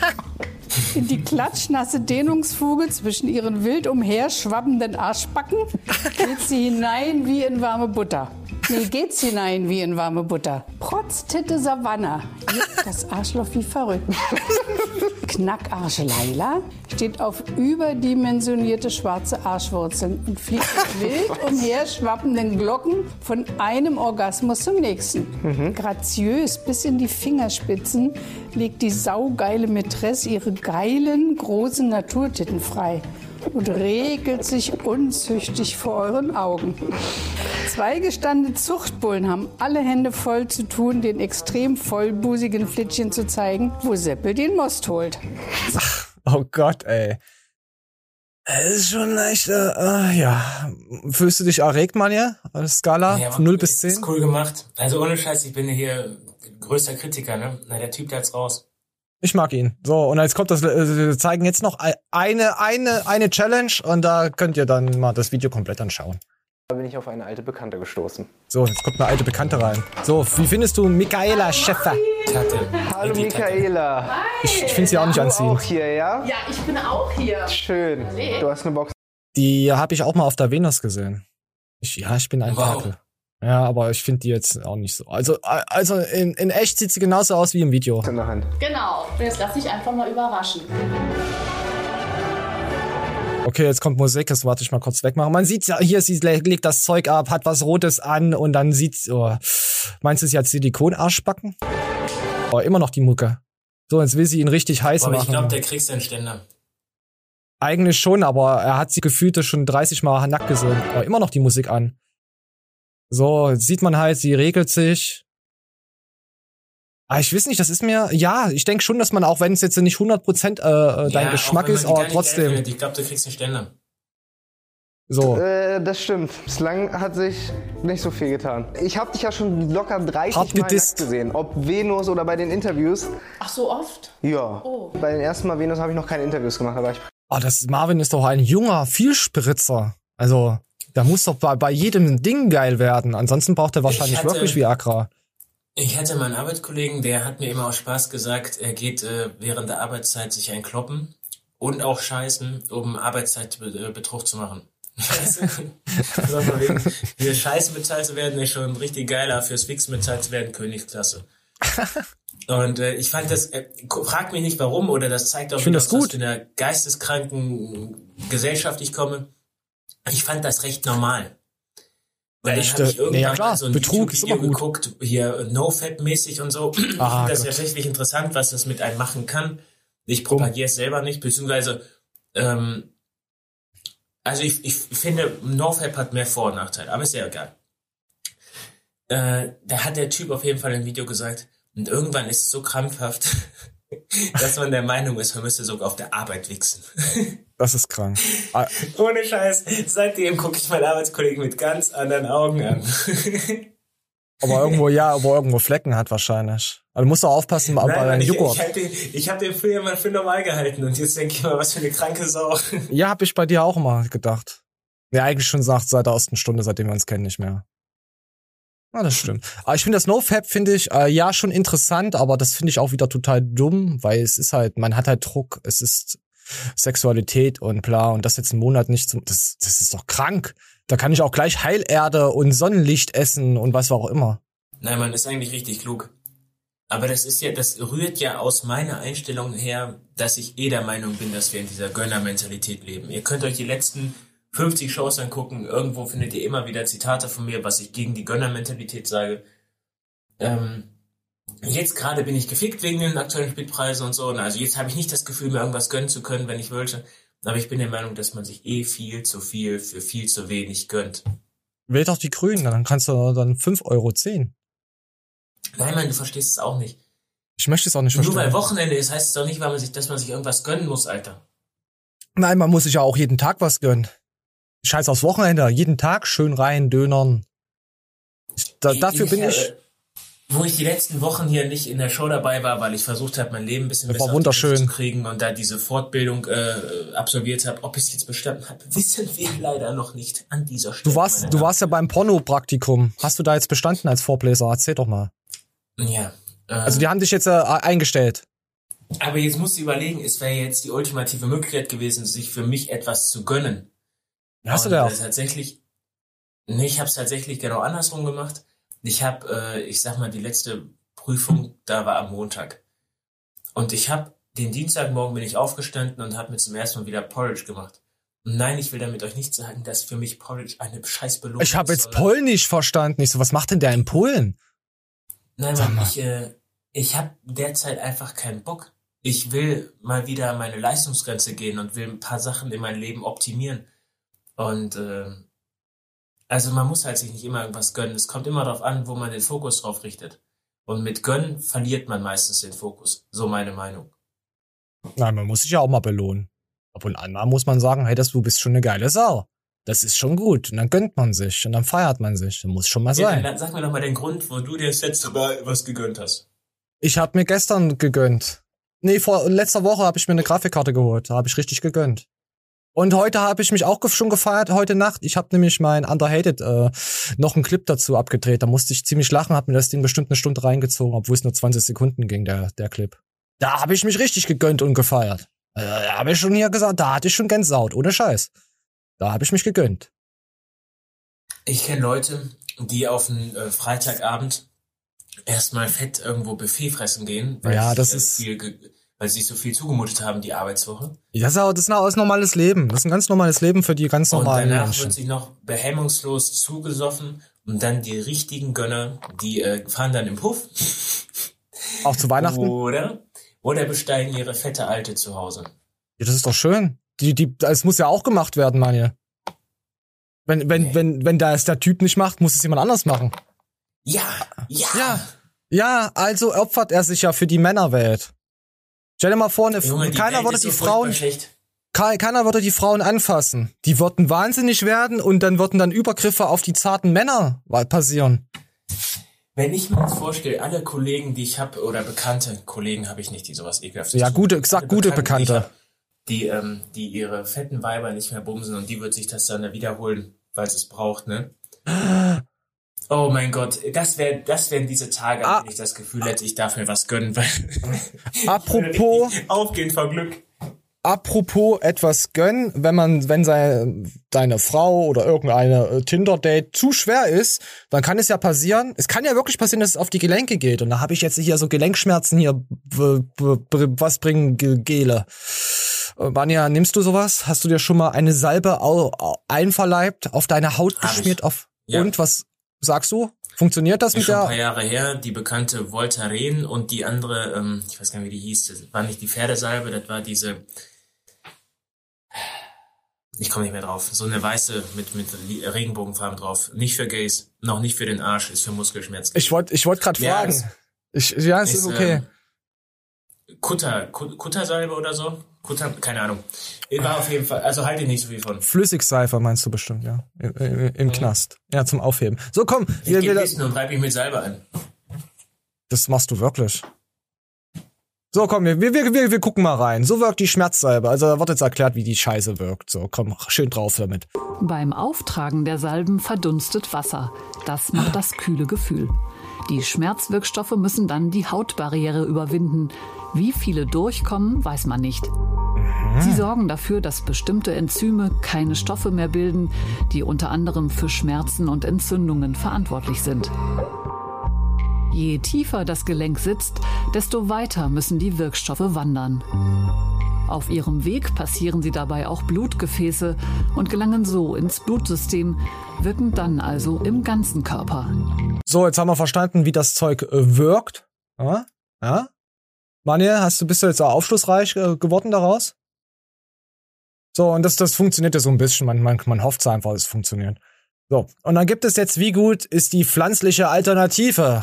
In die klatschnasse Dehnungsfuge zwischen ihren wild umherschwabbenden Arschbacken geht sie hinein wie in warme Butter. Nee, geht's hinein wie in warme Butter. Protztitte Savanna juckt das Arschloch wie verrückt. Knackarsche Laila steht auf überdimensionierte schwarze Arschwurzeln und fliegt mit wild umherschwappenden Glocken von einem Orgasmus zum nächsten. Graziös bis in die Fingerspitzen legt die saugeile Mätresse ihre geilen, großen Naturtitten frei und regelt sich unzüchtig vor euren Augen. Zwei gestandene Zuchtbullen haben alle Hände voll zu tun, den extrem vollbusigen Flittchen zu zeigen, wo Seppel den Most holt. Oh Gott, ey. Es ist schon echt, äh, äh, ja. Fühlst du dich erregt, Manja? Skala Ja, von null bis zehn? Ist cool gemacht. Also ohne Scheiß, ich bin hier größter Kritiker, ne? Na, der Typ, der hat's raus. Ich mag ihn. So, und jetzt kommt das, äh, wir zeigen jetzt noch eine, eine, eine Challenge und da könnt ihr dann mal das Video komplett anschauen. Da bin ich auf eine alte Bekannte gestoßen. So, jetzt kommt eine alte Bekannte rein. So, wie findest du Michaela Schäfer? Hallo Michaela. Ich, ich finde sie auch nicht Du anziehend. auch hier, ja? Ja, ich bin auch hier. Schön. Du hast eine Box. Die habe ich auch mal auf der Venus gesehen. Ich, ja, ich bin ein Wow. Ferkel. Ja, aber ich finde die jetzt auch nicht so. Also, also in, in echt sieht sie genauso aus wie im Video. in der Hand. Genau. Und jetzt lass dich einfach mal überraschen. Okay, jetzt kommt Musik, das warte ich mal kurz wegmachen. Man sieht ja, hier, sie legt das Zeug ab, hat was Rotes an und dann sieht sie, oh, meinst du, sie hat Silikonarschbacken? Oh, immer noch die Mucke. So, jetzt will sie ihn richtig heiß Aber ich machen. glaube, der kriegst einen Ständer. Eigentlich schon, aber er hat sie gefühlt schon dreißig Mal nackt gesehen. Oh, immer noch die Musik an. So, jetzt sieht man halt, sie regelt sich. Ah, ich weiß nicht, das ist mir, ja, ich denke schon, dass man, auch wenn es jetzt nicht hundert Prozent äh, dein Ja, Geschmack auch wenn man ist, die aber gar nicht geil trotzdem. findet. Ich glaube, du kriegst einen Ständer. So. Äh, das stimmt. Bislang hat sich nicht so viel getan. Ich habe dich ja schon locker dreißig Hart Mal gedisst. nackt gesehen. Ob Venus oder bei den Interviews. Ach, so oft? Ja. Oh. Bei den ersten Mal Venus habe ich noch keine Interviews gemacht, aber ich Oh, das Marvin ist doch ein junger Vielspritzer. Also, da muss doch bei, bei jedem Ding geil werden. Ansonsten braucht er wahrscheinlich hatte- wirklich Viagra. Ich hatte mal einen Arbeitskollegen, der hat mir immer aus Spaß gesagt, er geht äh, während der Arbeitszeit sich einkloppen und auch scheißen, um Arbeitszeitbetrug zu machen. Weißt du? So von wegen, für Scheiße bezahlt zu werden, ist schon richtig geiler, fürs Fixen bezahlt zu werden, Königsklasse. Und äh, ich fand das, äh, frag mich nicht warum, oder das zeigt auch Ich find wieder, das aus was gut. für einer geisteskranken Gesellschaft ich komme. Ich fand das recht normal. Weil Echt, dann habe ich äh, nee, irgendwann ja klar, mal so ein Betrug ist YouTube-Video immer gut. geguckt, hier No-Fap-mäßig und so. Ich Ah, finde das Gott. tatsächlich interessant, was das mit einem machen kann. Ich propagiere es selber nicht, beziehungsweise ähm, also ich, ich finde, No-Fap hat mehr Vor- und Nachteile, aber ist ja egal. Äh, da hat der Typ auf jeden Fall im Video gesagt, und irgendwann ist es so krampfhaft, dass man der Meinung ist, man müsste sogar auf der Arbeit wichsen. Das ist krank. Ah, Ohne Scheiß. Seitdem gucke ich meinen Arbeitskollegen mit ganz anderen Augen an. aber irgendwo, ja, aber irgendwo Flecken hat wahrscheinlich. Also du musst auch aufpassen bei Nein, deinem Mann, ich, Joghurt. ich habe den, ich hab den früher mal für normal gehalten und jetzt denke ich mal, was für eine kranke Sau. Ja, hab ich bei dir auch mal gedacht. Ja, eigentlich schon sagt seit der ersten Stunde, seitdem wir uns kennen, nicht mehr. Ah, das stimmt. Aber ich finde das NoFap, finde ich, äh, ja, schon interessant, aber das finde ich auch wieder total dumm, weil es ist halt, man hat halt Druck, es ist Sexualität und bla, und das jetzt einen Monat nicht zum, das, das ist doch krank. Da kann ich auch gleich Heilerde und Sonnenlicht essen und was auch immer. Nein, man ist eigentlich richtig klug. Aber das ist ja, das rührt ja aus meiner Einstellung her, dass ich eh der Meinung bin, dass wir in dieser Gönnermentalität leben. Ihr könnt euch die letzten fünfzig Shows angucken. Irgendwo findet ihr immer wieder Zitate von mir, was ich gegen die Gönnermentalität sage. Ähm, jetzt gerade bin ich gefickt wegen den aktuellen Spritpreisen und so. Also jetzt habe ich nicht das Gefühl, mir irgendwas gönnen zu können, wenn ich wollte. Aber ich bin der Meinung, dass man sich eh viel zu viel für viel zu wenig gönnt. Wähl doch die Grünen, dann kannst du dann fünf Euro zehn. Nein, Mann, du verstehst es auch nicht. Ich möchte es auch nicht Nur verstehen. weil Wochenende ist, heißt es doch nicht, weil man sich, dass man sich irgendwas gönnen muss, Alter. Nein, man muss sich ja auch jeden Tag was gönnen. Scheiß aufs Wochenende, jeden Tag schön rein, dönern. Da, dafür bin äh, ich. Wo ich die letzten Wochen hier nicht in der Show dabei war, weil ich versucht habe, mein Leben ein bisschen Das war besser wunderschön. auf die Kette zu kriegen und da diese Fortbildung äh, absolviert habe, ob ich es jetzt bestanden habe, wissen wir leider noch nicht an dieser Stelle. Du warst, meine du Damen. warst ja beim Porno-Praktikum. Hast du da jetzt bestanden als Vorbläser? Erzähl doch mal. Ja. Äh, Also die haben dich jetzt äh, eingestellt. aber jetzt musst du überlegen, es wäre jetzt die ultimative Möglichkeit gewesen, sich für mich etwas zu gönnen. Hast du Und, da äh, auch? tatsächlich, nee, ich habe es tatsächlich genau andersrum gemacht. Ich habe, äh, ich sag mal, die letzte Prüfung, da war am Montag. Und ich habe den Dienstagmorgen bin ich aufgestanden und habe mir zum ersten Mal wieder Porridge gemacht. Und nein, ich will damit euch nicht sagen, dass für mich Porridge eine scheiß Belohnung ist. Ich habe jetzt sondern- Polnisch verstanden. Ich so, was macht denn der in Polen? Nein, Sag Mann, mal. ich, äh, ich habe derzeit einfach keinen Bock. Ich will mal wieder an meine Leistungsgrenze gehen und will ein paar Sachen in meinem Leben optimieren. Und äh, also man muss halt sich nicht immer irgendwas gönnen. Es kommt immer darauf an, wo man den Fokus drauf richtet. Und mit Gönnen verliert man meistens den Fokus. So meine Meinung. Nein, man muss sich ja auch mal belohnen. Ab und an mal muss man sagen, hey, das, du bist schon eine geile Sau. Das ist schon gut. Und dann gönnt man sich und dann feiert man sich. Das muss schon mal Ja, sein. dann sag mir doch mal den Grund, wo du dir das letzte Mal was gegönnt hast. Ich habe mir gestern gegönnt. Nee, vor letzter Woche habe ich mir eine Grafikkarte geholt. Da habe ich richtig gegönnt. Und heute habe ich mich auch ge- schon gefeiert, heute Nacht. Ich habe nämlich mein Underhated äh, noch einen Clip dazu abgedreht. Da musste ich ziemlich lachen, hab mir das Ding bestimmt eine Stunde reingezogen, obwohl es nur zwanzig Sekunden ging, der der Clip. Da habe ich mich richtig gegönnt und gefeiert. Äh, da habe ich schon hier gesagt, da hatte ich schon Gänsehaut, ohne Scheiß. Da habe ich mich gegönnt. Ich kenne Leute, die auf einen äh, Freitagabend erstmal fett irgendwo Buffet fressen gehen, weil, Ja, sie das sich, ist- äh, viel ge- weil sie sich so viel zugemutet haben, die Arbeitswoche. Das ist auch, das ist ein ganz normales Leben. Das ist ein ganz normales Leben für die ganz Und normalen danach Menschen. wird sich noch behemmungslos zugesoffen und dann die richtigen Gönner, die äh, fahren dann im Puff Auch zu Weihnachten. oder oder besteigen ihre fette Alte zu Hause. Ja, das ist doch schön. Die, die, das muss ja auch gemacht werden, Manje. Wenn, wenn, wenn, wenn da es der Typ nicht macht, muss es jemand anders machen. Ja, ja. Ja. Ja, also opfert er sich ja für die Männerwelt. Stell dir mal vor, eine, Junge, die keiner Welt würde ist die so furchtbar Frauen, schlecht. ke- keiner würde die Frauen anfassen. Die würden wahnsinnig werden und dann würden dann Übergriffe auf die zarten Männer passieren. Wenn ich mir jetzt vorstelle, alle Kollegen, die ich habe, oder bekannte Kollegen habe ich nicht, die sowas ekelhaftes Ja, tun. gute, sag Alle gute Bekannten, die ich Bekannte. hab, Die, ähm, die ihre fetten Weiber nicht mehr bumsen und die wird sich das dann wiederholen, weil es es braucht, ne? Oh mein Gott, das wäre, das wären diese Tage, Ah. an denen ich das Gefühl hätte, ich darf mir was gönnen, weil Apropos, aufgehen vor Glück. apropos etwas gönnen, wenn man, wenn seine, deine Frau oder irgendeine äh, Tinder-Date zu schwer ist, dann kann es ja passieren, es kann ja wirklich passieren, dass es auf die Gelenke geht. Und da habe ich jetzt hier so Gelenkschmerzen hier, b- b- b- was bringen Ge- Gele? Äh, Vanja, nimmst du sowas? Hast du dir schon mal eine Salbe au, au, einverleibt, auf deine Haut Hab ich. geschmiert? Auf, Ja. Und was sagst du? Funktioniert das Ist mit schon ein paar der? Jahre her, die bekannte Voltaren und die andere, ähm, ich weiß gar nicht, wie die hieß, das war nicht die Pferdesalbe, das war diese, ich komme nicht mehr drauf, so eine weiße mit, mit Regenbogenfarben drauf. Nicht für Gays, noch nicht für den Arsch, ist für Muskelschmerz. Ich wollte ich wollte gerade Ja, fragen. es- Ich, ja, es ist, Ist, okay. ähm, Kutter, Kut- Kuttersalbe oder so? Kutter, keine Ahnung. War auf jeden Fall, also halte ich nicht so viel von. Flüssigseife meinst du bestimmt, ja. Im, im, im Knast. Ja, zum Aufheben. So, komm. Ich Wir, gehe wir, wissen und reibe mich mit Salbe an. das machst du wirklich. So, komm, wir, wir, wir, wir gucken mal rein. So wirkt die Schmerzsalbe. Also da wird jetzt erklärt, wie die Scheiße wirkt. So, komm, schön drauf damit. Beim Auftragen der Salben verdunstet Wasser. Das macht das kühle Gefühl. Die Schmerzwirkstoffe müssen dann die Hautbarriere überwinden. Wie viele durchkommen, weiß man nicht. Sie sorgen dafür, dass bestimmte Enzyme keine Stoffe mehr bilden, die unter anderem für Schmerzen und Entzündungen verantwortlich sind. Je tiefer das Gelenk sitzt, desto weiter müssen die Wirkstoffe wandern. Auf ihrem Weg passieren sie dabei auch Blutgefäße und gelangen so ins Blutsystem, wirken dann also im ganzen Körper. So, jetzt haben wir verstanden, wie das Zeug äh, wirkt. Ja? Ja? Manuel, hast du, bist du jetzt auch aufschlussreich äh, geworden daraus? So, und das, das funktioniert ja so ein bisschen. Man, man, man hofft einfach, es funktioniert. So, und dann gibt es jetzt, wie gut ist die pflanzliche Alternative?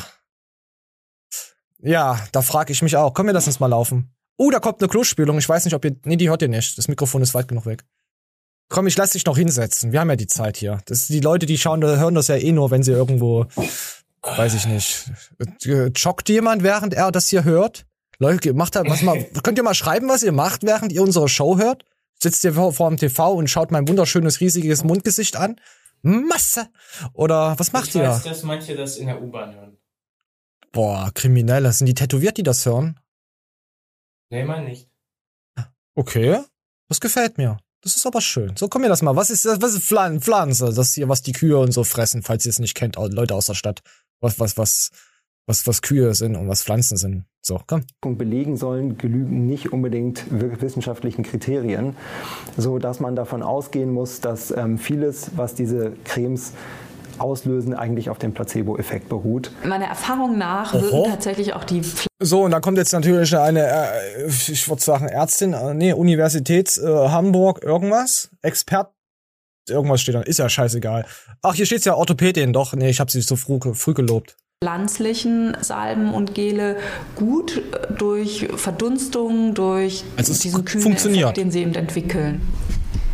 Ja, da frage ich mich auch. Komm, wir lassen uns mal laufen. Uh, da kommt eine Klospülung. Ich weiß nicht, ob ihr... Nee, die hört ihr nicht. Das Mikrofon ist weit genug weg. Komm, ich lass dich noch hinsetzen. Wir haben ja die Zeit hier. Das, die Leute, die schauen, hören das ja eh nur, wenn sie irgendwo... Weiß ich nicht. Joggt jemand, während er das hier hört? Leute, macht da, was mal, könnt ihr mal schreiben, was ihr macht, während ihr unsere Show hört? Sitzt ihr vor, vor dem T V und schaut mein wunderschönes, riesiges Mundgesicht an? Masse! Oder was macht ich ihr? weiß, dass manche das in der U-Bahn hören. Boah, Kriminelle. Sind die tätowiert, die das hören? Nee, mal nicht. Okay, das gefällt mir. Das ist aber schön. So, komm mir das mal. Was ist das? Was ist Pflan- Pflanze? Das ist hier, was die Kühe und so fressen, falls ihr es nicht kennt, Leute aus der Stadt. Was, was, was, was, was Kühe sind und was Pflanzen sind. So, komm. belegen sollen, genügen nicht unbedingt wissenschaftlichen Kriterien, so dass man davon ausgehen muss, dass ähm, vieles, was diese Cremes auslösen, eigentlich auf dem Placebo-Effekt beruht. Meiner Erfahrung nach wirken Oho. tatsächlich auch die So, und dann kommt jetzt natürlich eine, äh, ich würde sagen, Ärztin, äh, nee, Universitäts äh, Hamburg, irgendwas, Expert, irgendwas steht da, ist ja scheißegal. Ach, hier steht's ja Orthopädin, doch, nee, ich habe sie so früh, früh gelobt. pflanzlichen Salben und Gele gut durch Verdunstung, durch Also es diesen kühlen funktioniert. Effekt, den sie eben entwickeln.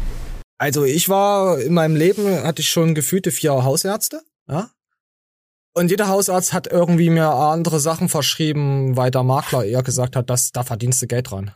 Also ich war, in meinem Leben hatte ich schon gefühlte vier Hausärzte, ja. Und jeder Hausarzt hat irgendwie mir andere Sachen verschrieben, weil der Makler eher gesagt hat, dass da verdienst du Geld dran.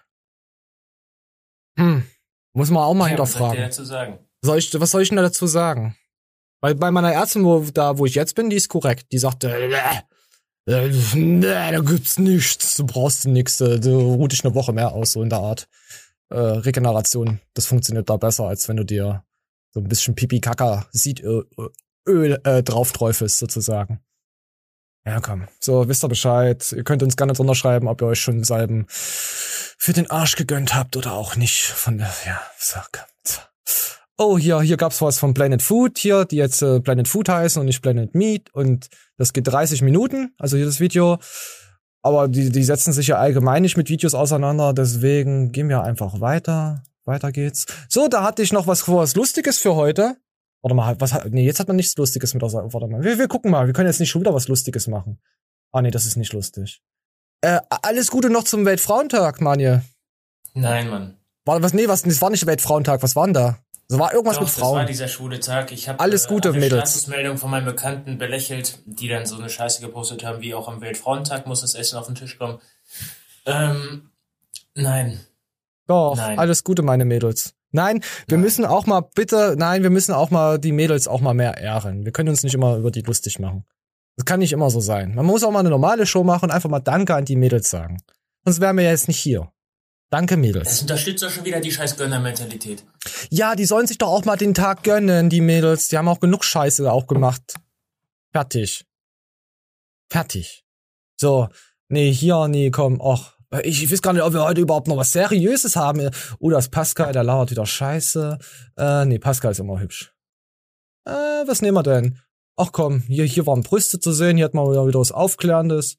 Hm, muss man auch mal Ja, was soll hinterfragen. der dazu sagen? Soll ich, was soll ich denn da dazu sagen? Weil bei meiner Ärztin, wo, da, wo ich jetzt bin, die ist korrekt. Die sagt, äh, äh, nee, da gibt's nichts, du brauchst nichts, äh, du ruh dich eine Woche mehr aus, so in der Art. Äh, Regeneration, das funktioniert da besser, als wenn du dir so ein bisschen Pipi-Kaka-Öl Öl, äh, drauf träufelst, sozusagen. Ja, komm. So, wisst ihr Bescheid. Ihr könnt uns gerne drunter schreiben, ob ihr euch schon Salben für den Arsch gegönnt habt oder auch nicht. Von der, ja, so, komm. So. Oh, hier, hier gab's was von Planet Food hier, die jetzt äh, Planet Food heißen und nicht Planet Meat. Und das geht dreißig Minuten, also hier das Video. Aber die, die setzen sich ja allgemein nicht mit Videos auseinander, deswegen gehen wir einfach weiter. Weiter geht's. So, da hatte ich noch was, was Lustiges für heute. Warte mal, was hat, nee, jetzt hat man nichts Lustiges mit der Sa- Warte mal, wir, wir gucken mal, wir können jetzt nicht schon wieder was Lustiges machen. Ah, nee, das ist nicht lustig. Äh, alles Gute noch zum Weltfrauentag, Manje. Nein, Mann. War, was, nee, was, das war nicht Weltfrauentag, was war denn da? Das war irgendwas Doch, mit das war Frauen. dieser schwule Tag. Ich habe Alles Gute, äh, eine Mädels. Statusmeldung von meinen Bekannten belächelt, die dann so eine Scheiße gepostet haben, wie auch am Weltfrauentag muss das Essen auf den Tisch kommen. Ähm, nein. Doch, Nein. alles Gute, meine Mädels. Nein, wir Nein. müssen auch mal, bitte, nein, wir müssen auch mal die Mädels auch mal mehr ehren. Wir können uns nicht immer über die lustig machen. Das kann nicht immer so sein. Man muss auch mal eine normale Show machen und einfach mal Danke an die Mädels sagen. Sonst wären wir ja jetzt nicht hier. Danke, Mädels. Es unterstützt doch schon wieder die scheiß Gönner-Mentalität. Ja, die sollen sich doch auch mal den Tag gönnen, die Mädels. Die haben auch genug Scheiße auch gemacht. Fertig. Fertig. So, nee, hier, nee, komm, ach. Ich weiß gar nicht, ob wir heute überhaupt noch was Seriöses haben. Oh, das Pascal, der lauert wieder Scheiße. Äh, nee, Pascal ist immer hübsch. Äh, was nehmen wir denn? Ach komm, hier, hier waren Brüste zu sehen, hier hat man wieder was Aufklärendes.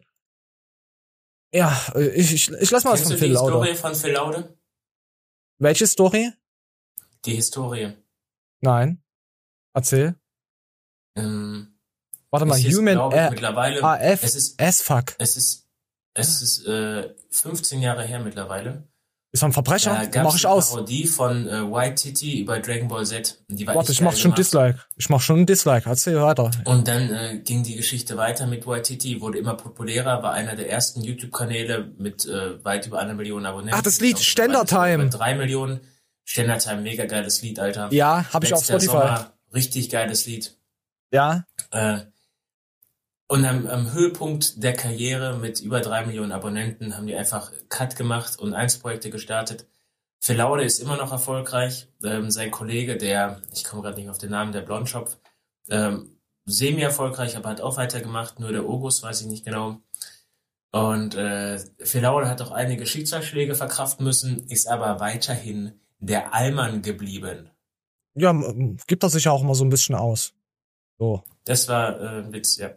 Ja, ich, ich, ich lass mal was Kennst von du die Phil Laude. Historie von Phil Laude? Welche Story? Die Historie. Nein. Erzähl. Ähm, Warte mal, es ist, Human glaub ich, A- mittlerweile, A F es ist, as fuck. es ist, es ist äh, fünfzehn Jahre her mittlerweile. Ist er ein Verbrecher? Da Dann gab mach es ich eine aus. Parodie von äh, White Titty über Dragon Ball Z. Die war Warte, echt ich mach geil schon gemacht. Dislike. Ich mach schon ein Dislike. Erzähl weiter. Und dann äh, ging die Geschichte weiter mit White Titty, wurde immer populärer, war einer der ersten YouTube-Kanäle mit äh, weit über einer Million Abonnenten. Ach, das Lied, Ich glaub, Ständer Time. Über drei Millionen. Ständer Time, mega geiles Lied, Alter. Ja, hab ich auf Letzter Spotify. Sommer, richtig geiles Lied. Ja. Äh, und am, am Höhepunkt der Karriere mit über drei Millionen Abonnenten haben die einfach Cut gemacht und Einzelprojekte gestartet. Phil Laude ist immer noch erfolgreich. Ähm, sein Kollege, der, ich komme gerade nicht auf den Namen, der Blondschopf, ähm, semi-erfolgreich, aber hat auch weitergemacht. Nur der August, weiß ich nicht genau. Und äh, Phil Laude hat auch einige Schicksalsschläge verkraften müssen, ist aber weiterhin der Allmann geblieben. Ja, m- gibt er sich ja auch immer so ein bisschen aus. So. Das war äh, ein Witz, ja.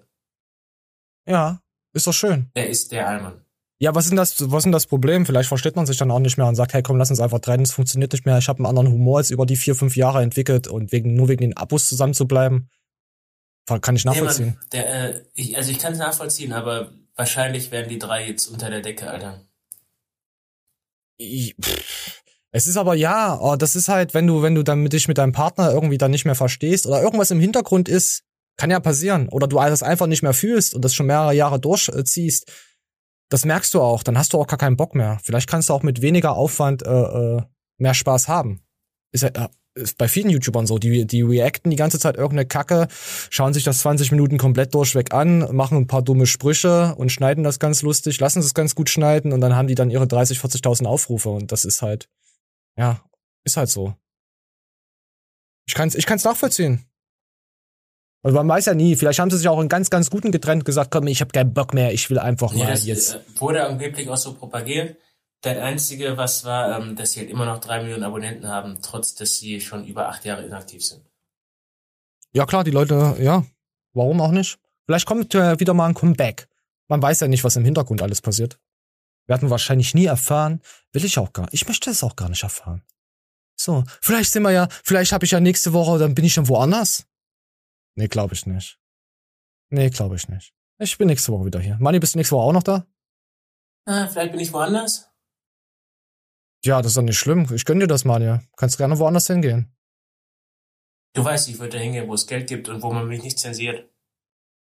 Ja, ist doch schön. Er ist der Allmann. Ja, was ist denn das, was ist denn das Problem? Vielleicht versteht man sich dann auch nicht mehr und sagt, hey, komm, lass uns einfach trennen, es funktioniert nicht mehr. Ich habe einen anderen Humor jetzt über die vier, fünf Jahre entwickelt und wegen, nur wegen den Abos zusammen zu bleiben, kann ich nachvollziehen. Nee, Mann, der, äh, ich, also ich kann es nachvollziehen, aber wahrscheinlich werden die drei jetzt unter der Decke, Alter. Ich, pff, es ist aber ja, oh, das ist halt, wenn du, wenn du dann mit dich mit deinem Partner irgendwie dann nicht mehr verstehst oder irgendwas im Hintergrund ist, kann ja passieren. Oder du das einfach nicht mehr fühlst und das schon mehrere Jahre durchziehst. Das merkst du auch, dann hast du auch gar keinen Bock mehr. Vielleicht kannst du auch mit weniger Aufwand äh, äh, mehr Spaß haben. Ist ja äh, ist bei vielen YouTubern so, die die reacten die ganze Zeit irgendeine Kacke, schauen sich das zwanzig Minuten komplett durchweg an, machen ein paar dumme Sprüche und schneiden das ganz lustig, lassen es ganz gut schneiden und dann haben die dann ihre dreißig, vierzigtausend Aufrufe und das ist halt, ja, ist halt so. Ich kann's, ich kann's nachvollziehen. Also man weiß ja nie, vielleicht haben sie sich auch in ganz, ganz guten getrennt gesagt, komm, ich hab keinen Bock mehr, ich will einfach Nee, mal das jetzt. äh, wurde angeblich auch so propagiert. Das Einzige, was war, ähm, dass sie halt immer noch drei Millionen Abonnenten haben, trotz dass sie schon über acht Jahre inaktiv sind. Ja klar, die Leute, ja, warum auch nicht? Vielleicht kommt äh, wieder mal ein Comeback. Man weiß ja nicht, was im Hintergrund alles passiert. Werden wir wahrscheinlich nie erfahren. Will ich auch gar. Ich möchte es auch gar nicht erfahren. So, vielleicht sind wir ja, vielleicht habe ich ja nächste Woche, dann bin ich dann woanders. Nee, glaube ich nicht. Nee, glaube ich nicht. Ich bin nächste Woche wieder hier. Manni, bist du nächste Woche auch noch da? Ah, vielleicht bin ich woanders? Ja, das ist doch nicht schlimm. Ich gönn dir das, Manja. Kannst gerne woanders hingehen. Du weißt, ich würde da hingehen, wo es Geld gibt und wo man mich nicht zensiert.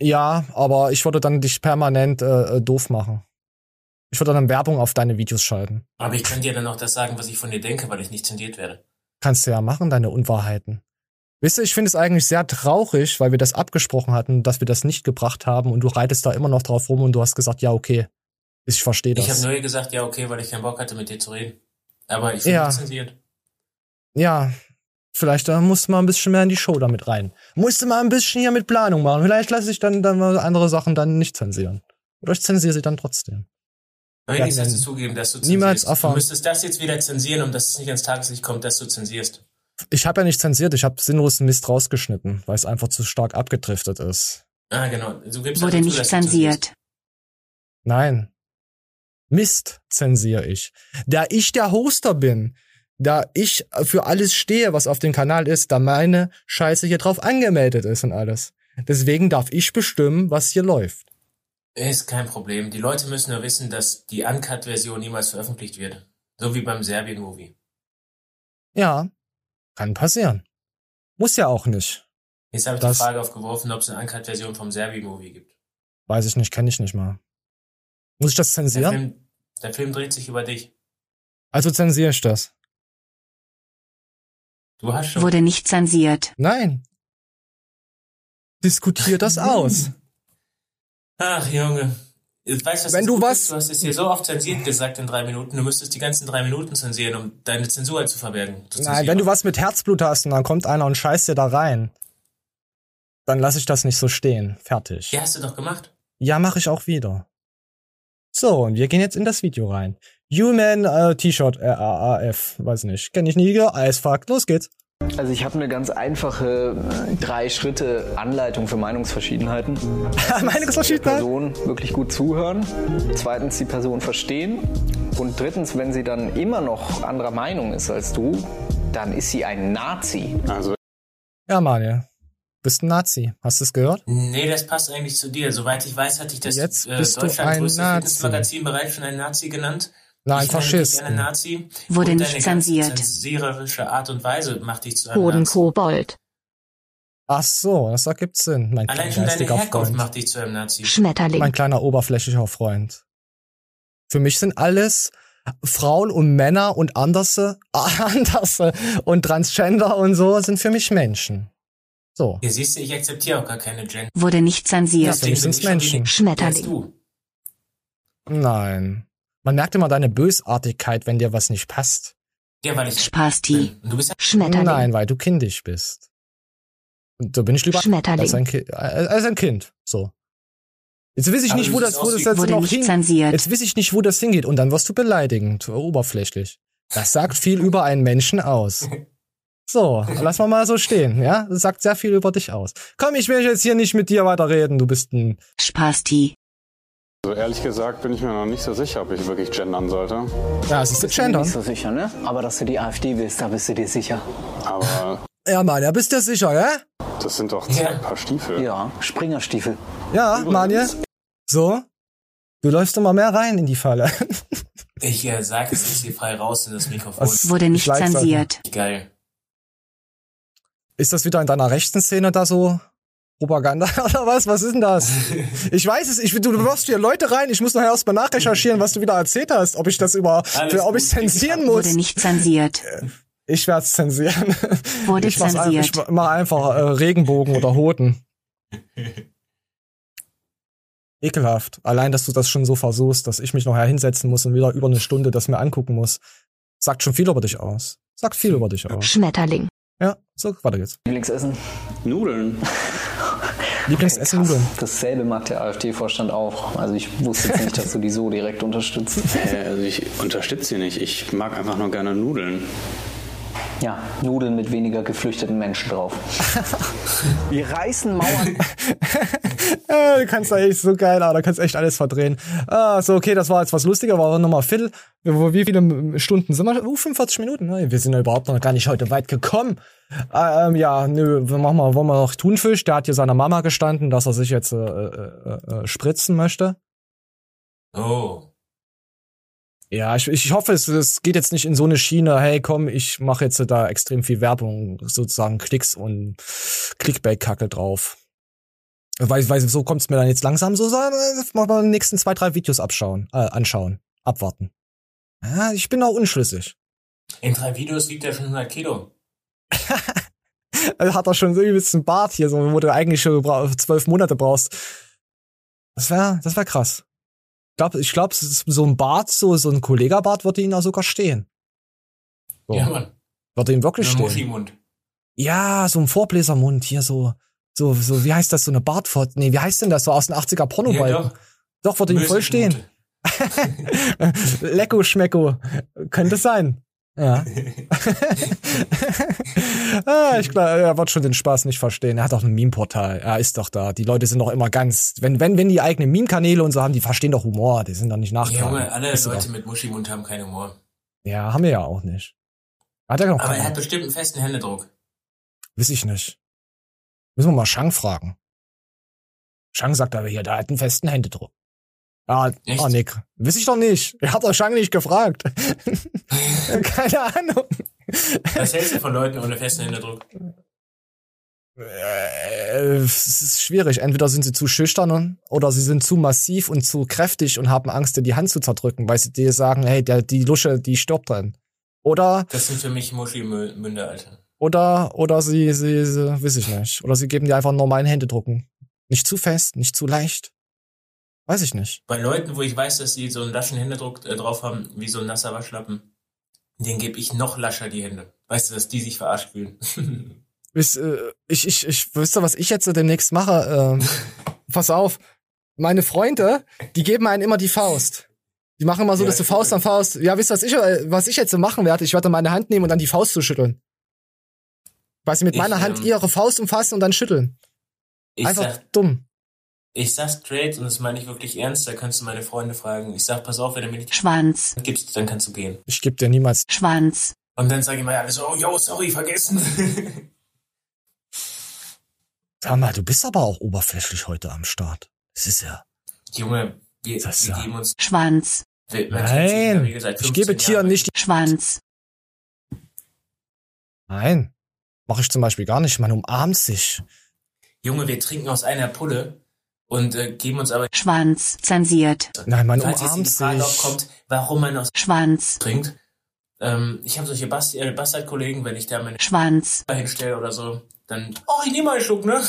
Ja, aber ich würde dann dich permanent äh, doof machen. Ich würde dann Werbung auf deine Videos schalten. Aber ich kann dir dann auch das sagen, was ich von dir denke, weil ich nicht zensiert werde. Kannst du ja machen, deine Unwahrheiten. Weißt du, ich finde es eigentlich sehr traurig, weil wir das abgesprochen hatten, dass wir das nicht gebracht haben und du reitest da immer noch drauf rum und du hast gesagt, ja, okay, ich verstehe das. Ich habe nur gesagt, ja, okay, weil ich keinen Bock hatte, mit dir zu reden. Aber ich bin Ja. nicht zensiert. Ja, vielleicht da musst du mal ein bisschen mehr in die Show damit rein. Musst du mal ein bisschen hier mit Planung machen. Vielleicht lasse ich dann, dann mal andere Sachen dann nicht zensieren. Oder ich zensiere sie dann trotzdem. Aber Wir wenigstens hatten hast du zugeben, dass du zensierst. niemals Du erfahren. müsstest das jetzt wieder zensieren, um dass es nicht ans Tageslicht kommt, dass du zensierst. Ich habe ja nicht zensiert, ich habe sinnlosen Mist rausgeschnitten, weil es einfach zu stark abgedriftet ist. Ah, genau. Du gibst Wurde also zu, nicht dass du zensierst. zensiert. Nein. Mist zensiere ich. Da ich der Hoster bin, da ich für alles stehe, was auf dem Kanal ist, da meine Scheiße hier drauf angemeldet ist und alles. Deswegen darf ich bestimmen, was hier läuft. Ist kein Problem. Die Leute müssen nur wissen, dass die Uncut-Version niemals veröffentlicht wird. So wie beim Serbien-Movie. Ja, kann passieren. Muss ja auch nicht. Jetzt habe ich Das- die Frage aufgeworfen, ob es eine Uncut-Version vom Serbien-Movie gibt. Weiß ich nicht, kenne ich nicht mal. Muss ich das Der zensieren? Film, der Film dreht sich über dich. Also zensiere ich das. Du hast schon. Wurde nicht zensiert. Nein. Diskutier das aus. Ach, Junge. Weißt, was Wenn das du Gute was- ist? Du hast es hier so oft zensiert gesagt in drei Minuten. Du müsstest die ganzen drei Minuten zensieren, um deine Zensur halt zu verbergen. Zu Nein, zensieren. wenn du was mit Herzblut hast und dann kommt einer und scheißt dir da rein, dann lasse ich das nicht so stehen. Fertig. Ja, hast du doch gemacht. Ja, mache ich auch wieder. So, und wir gehen jetzt in das Video rein. Human äh, T-Shirt, äh, A A F, weiß nicht, kenn ich nie, als Fakt, los geht's. Also ich habe eine ganz einfache äh, drei Schritte Anleitung für Meinungsverschiedenheiten. Meinungsverschiedenheit? Der Person wirklich gut zuhören. Zweitens die Person verstehen. Und drittens, wenn sie dann immer noch anderer Meinung ist als du, dann ist sie ein Nazi. Also Ja, Manuel, bist ein Nazi, hast du es gehört? Nee, das passt eigentlich zu dir. Soweit ich weiß, hatte ich das Jetzt äh, bist du Deutschland ein größte Nazi. Fitnessmagazin bereits schon einen Nazi genannt. Nein, ich nenne dich Faschist. einen Nazi. Wurde und nicht deine zensiert. ganze zensiererische Art und Weise macht dich zu einem Boden Nazi. Kobold. Ach so, das ergibt Sinn, mein Allein kleiner schon deine geistiger Herkunft Freund. macht dich zu einem Nazi. Schmetterling. Mein kleiner oberflächlicher Freund. Für mich sind alles Frauen und Männer und Anderse, Anderse und Transgender und so sind für mich Menschen. So. Hier siehst du, ich akzeptiere auch gar keine Gender. Wurde nicht Ja, zensiert. für mich sind's Menschen. Schmetterling. Du. Nein. Man merkt immer deine Bösartigkeit, wenn dir was nicht passt. Ja, weil ich Spasti. bin. Und du bist Schmetterling. Nein, weil du kindisch bist. Und da bin ich lieber Schmetterling. als ein, Ki äh, als ein Kind. So. Jetzt weiß ich Aber nicht, du wo siehst das, aus wo das wie- jetzt Wurde noch nicht hin. zensiert. Jetzt weiß ich nicht, wo das hingeht. Und dann wirst du beleidigend, oberflächlich. Das sagt viel über einen Menschen aus. So, lass mal mal so stehen, ja? Das sagt sehr viel über dich aus. Komm, ich will jetzt hier nicht mit dir weiterreden. Du bist ein... Spasti. Also ehrlich gesagt bin ich mir noch nicht so sicher, ob ich wirklich gendern sollte. Ja, es ist Bist du dir Gendern. nicht so sicher, ne? Aber dass du die AfD willst, da bist du dir sicher. Aber Ja, Mann, ja, bist du sicher, ja? das sind doch Ja. ein paar Stiefel. Ja, Springerstiefel. Ja, Manje. So. Du läufst immer mehr rein in die Falle. Ich äh, sag es jetzt hier frei raus in das Mikrofon. Was- Wurde nicht Ich like's zensiert. Geil. Ist das wieder in deiner rechten Szene da so Propaganda oder was? Was ist denn das? Ich weiß es, ich, du, du wirfst hier Leute rein, ich muss nachher erstmal nachrecherchieren, was du wieder erzählt hast, ob ich das über, Alles für, ob ich gut, zensieren Wurde muss. nicht zensiert. Ich werde es zensieren. Wurde ich mach's ein- zensiert. Ich mach einfach äh, Regenbogen oder Hoden. Ekelhaft. Allein, dass du das schon so versuchst, dass ich mich noch hinsetzen muss und wieder über eine Stunde das mir angucken muss, sagt schon viel über dich aus. Sagt viel über dich aus. Schmetterling. Ja, so, warte jetzt. Lieblingsessen? Nudeln. Lieblingsessen Nudeln. Dasselbe macht der AfD-Vorstand auch. Also ich wusste jetzt nicht, dass du die so direkt unterstützt. Äh, also ich unterstütze sie nicht. Ich mag einfach nur gerne Nudeln. Ja, Nudeln mit weniger geflüchteten Menschen drauf. Wir reißen Mauern. Ja, du kannst da echt so geil, aber da kannst echt alles verdrehen. Ah, so, okay, das war jetzt was lustiger, war nochmal Viertel. Wie wie viele Stunden sind wir? Uh, fünfundvierzig Minuten. Ne? Wir sind ja überhaupt noch gar nicht heute weit gekommen. Ähm, ja, nö, wir machen mal, wollen wir noch Thunfisch. Der hat hier seiner Mama gestanden, dass er sich jetzt äh, äh, äh, spritzen möchte. Oh. Ja, ich, ich hoffe, es, es geht jetzt nicht in so eine Schiene, hey, komm, ich mache jetzt da extrem viel Werbung, sozusagen Klicks und Clickbait-Kacke drauf. Weil, weil so kommt's mir dann jetzt langsam so, mal die nächsten zwei, drei Videos abschauen, äh, anschauen, abwarten. Ja, ich bin auch unschlüssig. In drei Videos wiegt er schon hundert Kilo. Hat er schon so übelst einen Bart hier, so, wo du eigentlich schon zwölf Monate brauchst. Das wäre, das wäre krass. Ich glaube, ich glaub, so ein Bart, so, so ein Kollegabart würde ihn auch sogar stehen. So. Ja, Mann. Würde ihn wirklich Ein stehen. Muschimund. Ja, so ein Vorbläsermund hier, so, so, so, wie heißt das, so eine Bartfort? Nee, wie heißt denn das, so aus den achtziger Pornobalken? Ja, doch. Doch, würde ihm voll stehen. Lecko, Schmecko. Könnte sein. Ja. ah, ich glaube, er wird schon den Spaß nicht verstehen. Er hat auch ein Meme-Portal. Er ist doch da. Die Leute sind doch immer ganz, wenn, wenn, wenn die eigenen Meme-Kanäle und so haben, die verstehen doch Humor. Die sind doch nicht nachtragend. Junge, alle Weißt du Leute doch. mit Muschimund haben keinen Humor. Ja, haben wir ja auch nicht. Hat er noch Aber er keinen. hat bestimmt einen festen Händedruck. Weiß ich nicht. Müssen wir mal Shang fragen. Shang sagt aber hier, der hat einen festen Händedruck. Ah, oh, Nick. Wiss ich doch nicht. Er hat doch Shang nicht gefragt. Keine Ahnung. Was hältst du von Leuten ohne festen Händedruck? Äh, es ist schwierig. Entweder sind sie zu schüchtern oder sie sind zu massiv und zu kräftig und haben Angst, dir die Hand zu zerdrücken, weil sie dir sagen, hey, der, die Lusche, die stirbt drin. Oder, Das sind für mich Muschimünder, Alter. oder, oder sie, sie, sie, weiß ich nicht. Oder sie geben dir einfach einen normalen Händedrucken. Nicht zu fest, nicht zu leicht. Weiß ich nicht. Bei Leuten, wo ich weiß, dass sie so einen laschen Händedruck äh, drauf haben, wie so ein nasser Waschlappen, denen gebe ich noch lascher die Hände. Weißt du, dass die sich verarscht fühlen? Ich, äh, ich, ich, ich, wisst ihr, was ich jetzt so demnächst mache? Ähm, pass auf. Meine Freunde, die geben einen immer die Faust. Die machen immer so, Ja, dass du Faust an Faust. Ja, wisst ihr, was ich, äh, was ich jetzt so machen werde? Ich werde meine Hand nehmen und dann die Faust zu schütteln. Weil sie mit Ich, meiner Hand ähm, ihre Faust umfassen und dann schütteln. Ich Einfach sag, dumm. ich sag straight, und das meine ich wirklich ernst, da kannst du meine Freunde fragen. Ich sag, pass auf, wenn du mir nicht Schwanz, gibst, dann kannst du gehen. Ich geb dir niemals. Schwanz, Und dann sage ich mal alle so, oh, yo, sorry, vergessen. Sag mal, du bist aber auch oberflächlich heute am Start. Das ist ja. Junge, wir, Das wir ja- geben uns... Schwanz, Wir, man kennt sich in der Nein, Regel seit ich gebe fünfzehn Tieren Jahren. nicht die. Schwanz, Nein, mache ich zum Beispiel gar nicht. Man umarmt sich. Junge, wir trinken aus einer Pulle und äh, geben uns aber... Schwanz, zensiert, Nein, man Falls jetzt umarmt die Frage sich. aufkommt, warum man aus Schwanz, trinkt. Ähm, ich habe solche Bast äh, Bastardkollegen, wenn ich da meine Schwanz, hinstelle oder so, dann, oh, ich nehme mal einen Schluck, ne?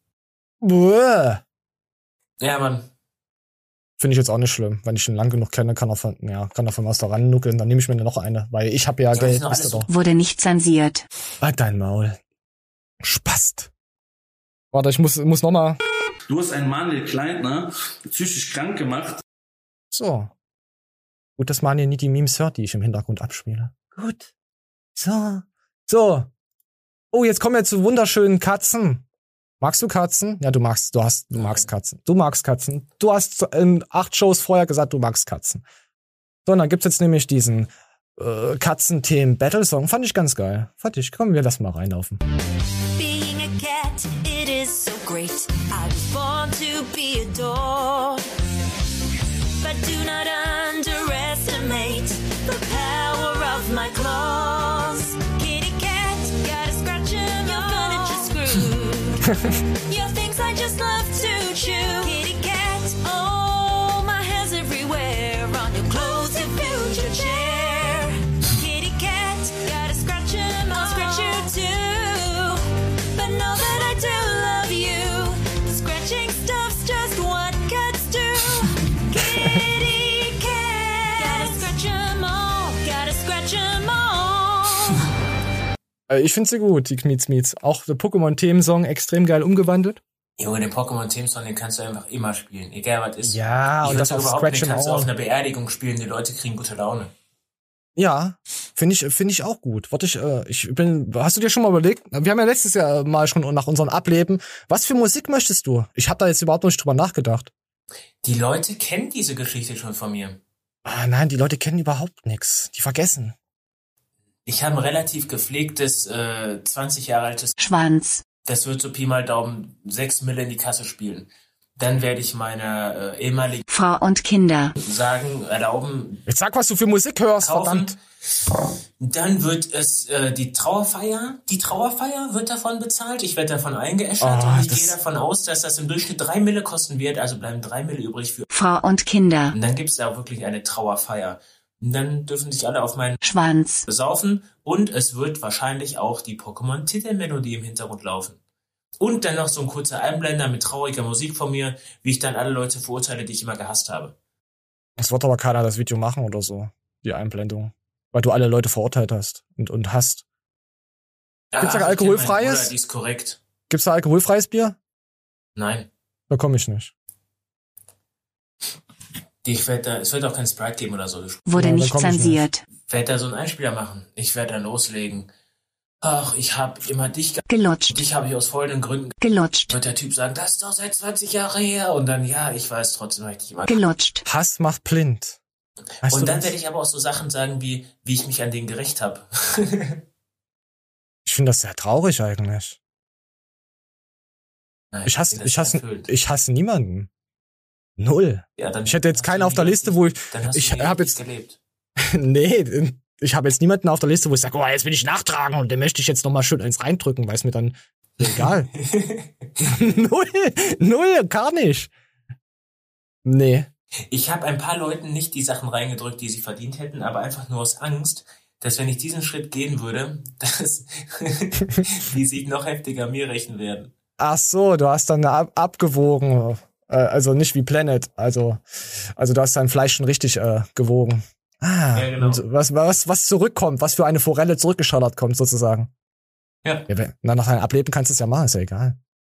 Buh. Ja, Mann. Finde ich jetzt auch nicht schlimm. Wenn ich ihn lang genug kenne, kann er von, ja, kann er von was da ran nuckeln, dann nehme ich mir noch eine, weil ich habe ja Ja, das ist Geld, noch wisst ihr alles doch. wurde nicht zensiert, Halt dein Maul. Spast. Warte, ich muss, muss noch mal. Du hast einen Manuel Kleintner psychisch krank gemacht. So. Gut, dass man hier nie die Memes hört, die ich im Hintergrund abspiele. Gut. So. So. Oh, jetzt kommen wir zu wunderschönen Katzen. Magst du Katzen? Ja, du magst, du hast, du magst Katzen. Du magst Katzen. Du hast in acht Shows vorher gesagt, du magst Katzen. So, und dann gibt's jetzt nämlich diesen äh, Katzenthemen-Battle-Song. Fand ich ganz geil. Fand ich. Kommen wir das mal reinlaufen. Being a cat, it is so great. I was born to be adored. But do not underestimate the power of my claws. Kitty cat, gotta scratch him, you're gonna just screw. Your things I just love to chew. Kitty cat, oh, my hair's everywhere. On your clothes, your future chair. Kitty cat, gotta scratch him, I'll scratch you too. But know that I do love you. The scratching stuff's just what cats do. Kitty cat, gotta scratch 'em all, gotta scratch 'em all. Äh, ich finde sie gut, die Kmiez Miez. Auch der Pokémon-Themensong extrem geil umgewandelt. Junge, den Pokémon-Themesong, den kannst du einfach immer spielen, egal was ist. Ja, ich und das würd's auf überhaupt Scratch nicht, and kannst du All. auf einer Beerdigung spielen, die Leute kriegen gute Laune. Ja, finde ich, finde ich auch gut. Warte, ich, äh, ich bin, hast du dir schon mal überlegt? Wir haben ja letztes Jahr mal schon nach unserem Ableben. Was für Musik möchtest du? Ich habe da jetzt überhaupt nicht drüber nachgedacht. Die Leute kennen diese Geschichte schon von mir. Ah, nein, die Leute kennen überhaupt nichts. Die vergessen. Ich habe ein relativ gepflegtes, äh, zwanzig Jahre altes Schwanz, Das wird so Pi mal Daumen sechs Mille in die Kasse spielen. Dann werde ich meiner äh, ehemaligen Frau und Kinder. sagen, erlauben. Jetzt sag, was du für Musik hörst, kaufen. verdammt. Dann wird es äh, die Trauerfeier. Die Trauerfeier wird davon bezahlt. Ich werde davon eingeäschert Oh, und ich das- gehe davon aus, dass das im Durchschnitt drei Mille kosten wird. Also bleiben drei Mille übrig für. Frau und Kinder. Und dann gibt es da auch wirklich eine Trauerfeier. Und dann dürfen sich alle auf meinen Schwanz. besaufen. Und es wird wahrscheinlich auch die Pokémon-Titelmelodie im Hintergrund laufen. Und dann noch so ein kurzer Einblender mit trauriger Musik von mir, wie ich dann alle Leute verurteile, die ich immer gehasst habe. Es wird aber keiner das Video machen oder so. Die Einblendung. Weil du alle Leute verurteilt hast und, und hast. Gibt's da Ach, ich alkoholfreies? kenn meinen Bruder, die ist korrekt. Gibt's da alkoholfreies Bier? Nein. Da komme ich nicht. Die, ich werd da, es wird auch kein Sprite geben oder so. Wurde nicht zensiert. Ich werde da so einen Einspieler machen. Ich werde da loslegen. Ach, ich habe immer dich ge Gelutscht. Dich habe ich aus folgenden Gründen Gelutscht. Wird der Typ sagen, das ist doch seit zwanzig Jahren her. Und dann, ja, ich weiß trotzdem richtig immer. Gelutscht. Hass macht blind. Weißt du Und dann das? werde ich aber auch so Sachen sagen, wie, wie ich mich an den gerecht habe. Ich finde das sehr traurig eigentlich. Nein, Ich hasse, finde das ich hasse, erfüllend. ich hasse niemanden. Null. Ja, dann Ich hätte jetzt hast keinen du auf der nie Liste, wo ich, Dann hast ich du nie habe richtig jetzt, gelebt. nee, ich habe jetzt niemanden auf der Liste, wo ich sage, oh, jetzt will ich nachtragen und den möchte ich jetzt nochmal schön eins reindrücken, weil es mir dann egal. Null, null, gar nicht. Nee. Ich habe ein paar Leuten nicht die Sachen reingedrückt, die sie verdient hätten, aber einfach nur aus Angst, dass wenn ich diesen Schritt gehen würde, dass die sich noch heftiger mir rächen werden. Ach so, du hast dann ab abgewogen, äh, also nicht wie Planet, also, also du hast dein Fleisch schon richtig äh, gewogen. Ah, Ja, genau. und was, was, was zurückkommt, was für eine Forelle zurückgeschallert kommt, sozusagen. Ja. Ja, wenn, na, nach deinem Ableben kannst du es ja machen, ist ja egal.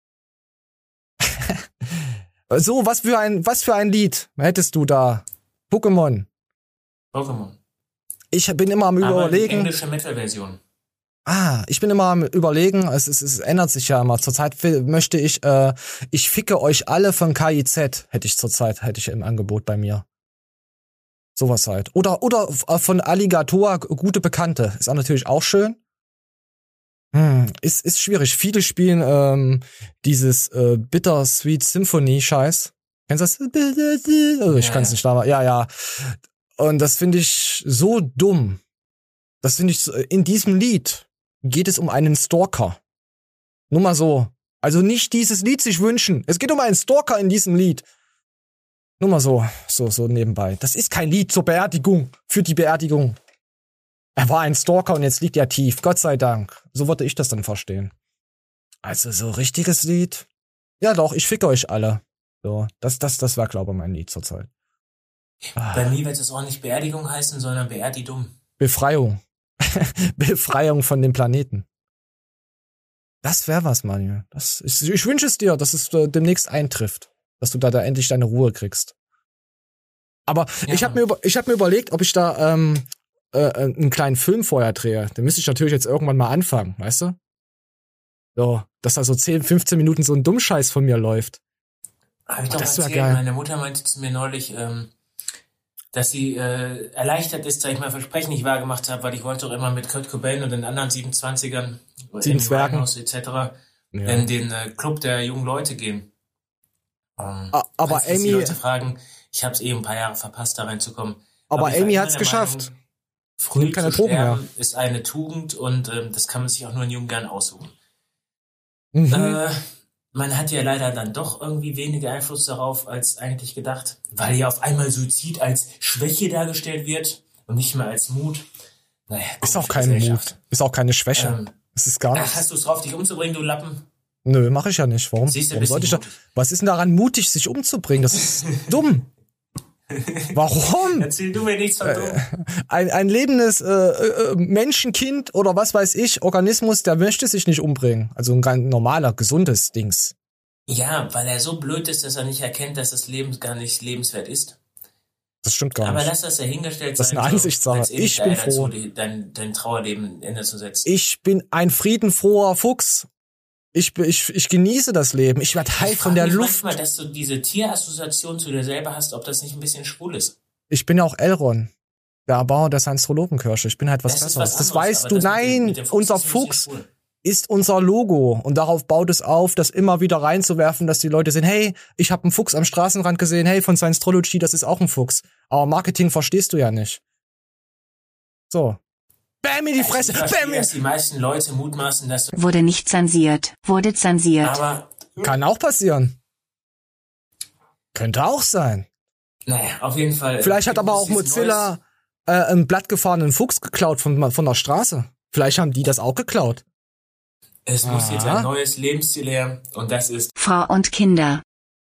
So, was für ein, was für ein Lied hättest du da? Pokémon. Pokémon. Ich bin immer am Aber die Überlegen. englische Metal-Version. Ah, ich bin immer am Überlegen, es, es, es ändert sich ja immer. Zurzeit will- möchte ich, äh, ich ficke euch alle von K I Z, hätte ich zurzeit, hätte ich im Angebot bei mir. Sowas halt. Oder, oder äh, von Alligator, gute Bekannte. Ist auch natürlich auch schön. Hm, ist, ist schwierig. Viele spielen ähm, dieses äh, Bittersweet Symphony Scheiß. Kennst du das? Oh, ich Ja, kann es ja. nicht da. Ja, ja. Und das finde ich so dumm. Das finde ich, so- in diesem Lied geht es um einen Stalker. Nur mal so. Also nicht dieses Lied sich wünschen. Es geht um einen Stalker in diesem Lied. Nur mal so, so, so nebenbei. Das ist kein Lied zur Beerdigung, für die Beerdigung. Er war ein Stalker und jetzt liegt er tief. Gott sei Dank. So würde ich das dann verstehen. Also so richtiges Lied. Ja doch, ich ficke euch alle. So, das, das, das war, glaube ich, mein Lied zurzeit. Bei mir wird es auch nicht Beerdigung heißen, sondern Beerdigum. Befreiung. Befreiung von dem Planeten. Das wäre was, Manuel. Das, ich, ich wünsche es dir, dass es äh, demnächst eintrifft. Dass du da, da endlich deine Ruhe kriegst. Aber Ja. ich habe mir, über- ich hab mir überlegt, ob ich da ähm, äh, einen kleinen Film vorher drehe. Den müsste ich natürlich jetzt irgendwann mal anfangen, weißt du? So, dass da so zehn, fünfzehn Minuten so ein Dummscheiß von mir läuft. Habe ich Oh, doch das wär erzählt. geil. Meine Mutter meinte zu mir neulich, ähm, dass sie äh, erleichtert ist, dass ich mein Versprechen nicht wahr gemacht habe, weil ich wollte doch immer mit Kurt Cobain und den anderen siebenzwanzigern Sieben Zwergen. et cetera Ja. in den äh, Club der jungen Leute gehen. Ähm, A- aber falls jetzt die Amy- Leute fragen, ich habe es eh ein paar Jahre verpasst, da reinzukommen. Aber ich war Amy immer hat's der geschafft. Meinung, früh Nimmt keine zu Drogen mehr. sterben ist eine Tugend und ähm, das kann man sich auch nur in jungen Jahren aussuchen. Mhm. Äh, man hat ja leider dann doch irgendwie weniger Einfluss darauf als eigentlich gedacht, weil ja auf einmal Suizid als Schwäche dargestellt wird und nicht mehr als Mut. Naja, Ist auch komische kein Gesellschaft. Mut. Ist auch keine Schwäche. Ähm, Es ist gar Ach, nichts. hast du es drauf, dich umzubringen, du Lappen? Nö, mache ich ja nicht. Warum? Siehst du, Warum bist sollte ich nicht da, was ist denn daran mutig, sich umzubringen? Das ist dumm. Warum? Erzähl du mir nichts von dumm. Ein, ein lebendes äh, äh, Menschenkind oder was weiß ich, Organismus, der möchte sich nicht umbringen. Also ein ganz normaler, gesundes Dings. Ja, weil er so blöd ist, dass er nicht erkennt, dass das Leben gar nicht lebenswert ist. Das stimmt gar Aber nicht. lass das ja hingestellt Das ist sein. eine so, Ansichtssache. wenn's eh nicht Ich bin einer dazu, froh. die- Dein, dein Trauerleben ein Ende zu setzen. Ich bin ein friedenfroher Fuchs. Ich, bin- ich, ich genieße das Leben. Ich werde heil Ich von frag der mich Luft. manchmal, dass du diese Tierassoziation zu dir selber hast, ob das nicht ein bisschen schwul ist. Ich bin ja auch Elrond, der Erbauer der Science-Trologenkirche. Ich bin halt was Das ist Besseres. was das anderes, weißt aber du. das mit dem- Nein, mit dem Fuchs unser ist ein bisschen Fuchs schwul. ist unser Logo und darauf baut es auf, das immer wieder reinzuwerfen, dass die Leute sehen, hey, ich habe einen Fuchs am Straßenrand gesehen, hey, von Science-Trology, das ist auch ein Fuchs. Aber Marketing verstehst du ja nicht. So. Bäm in die Fresse. Ich verstehe, dass die meisten Leute mutmaßen, dass... Wurde nicht zensiert. Wurde zensiert. Aber... Kann auch passieren. Könnte auch sein. Naja, auf jeden Fall. Vielleicht hat aber auch Mozilla äh, einen blattgefahrenen Fuchs geklaut von, von der Straße. Vielleicht haben die das auch geklaut. Es muss Aha. jetzt ein neues Lebensziel her und das ist... Frau und Kinder.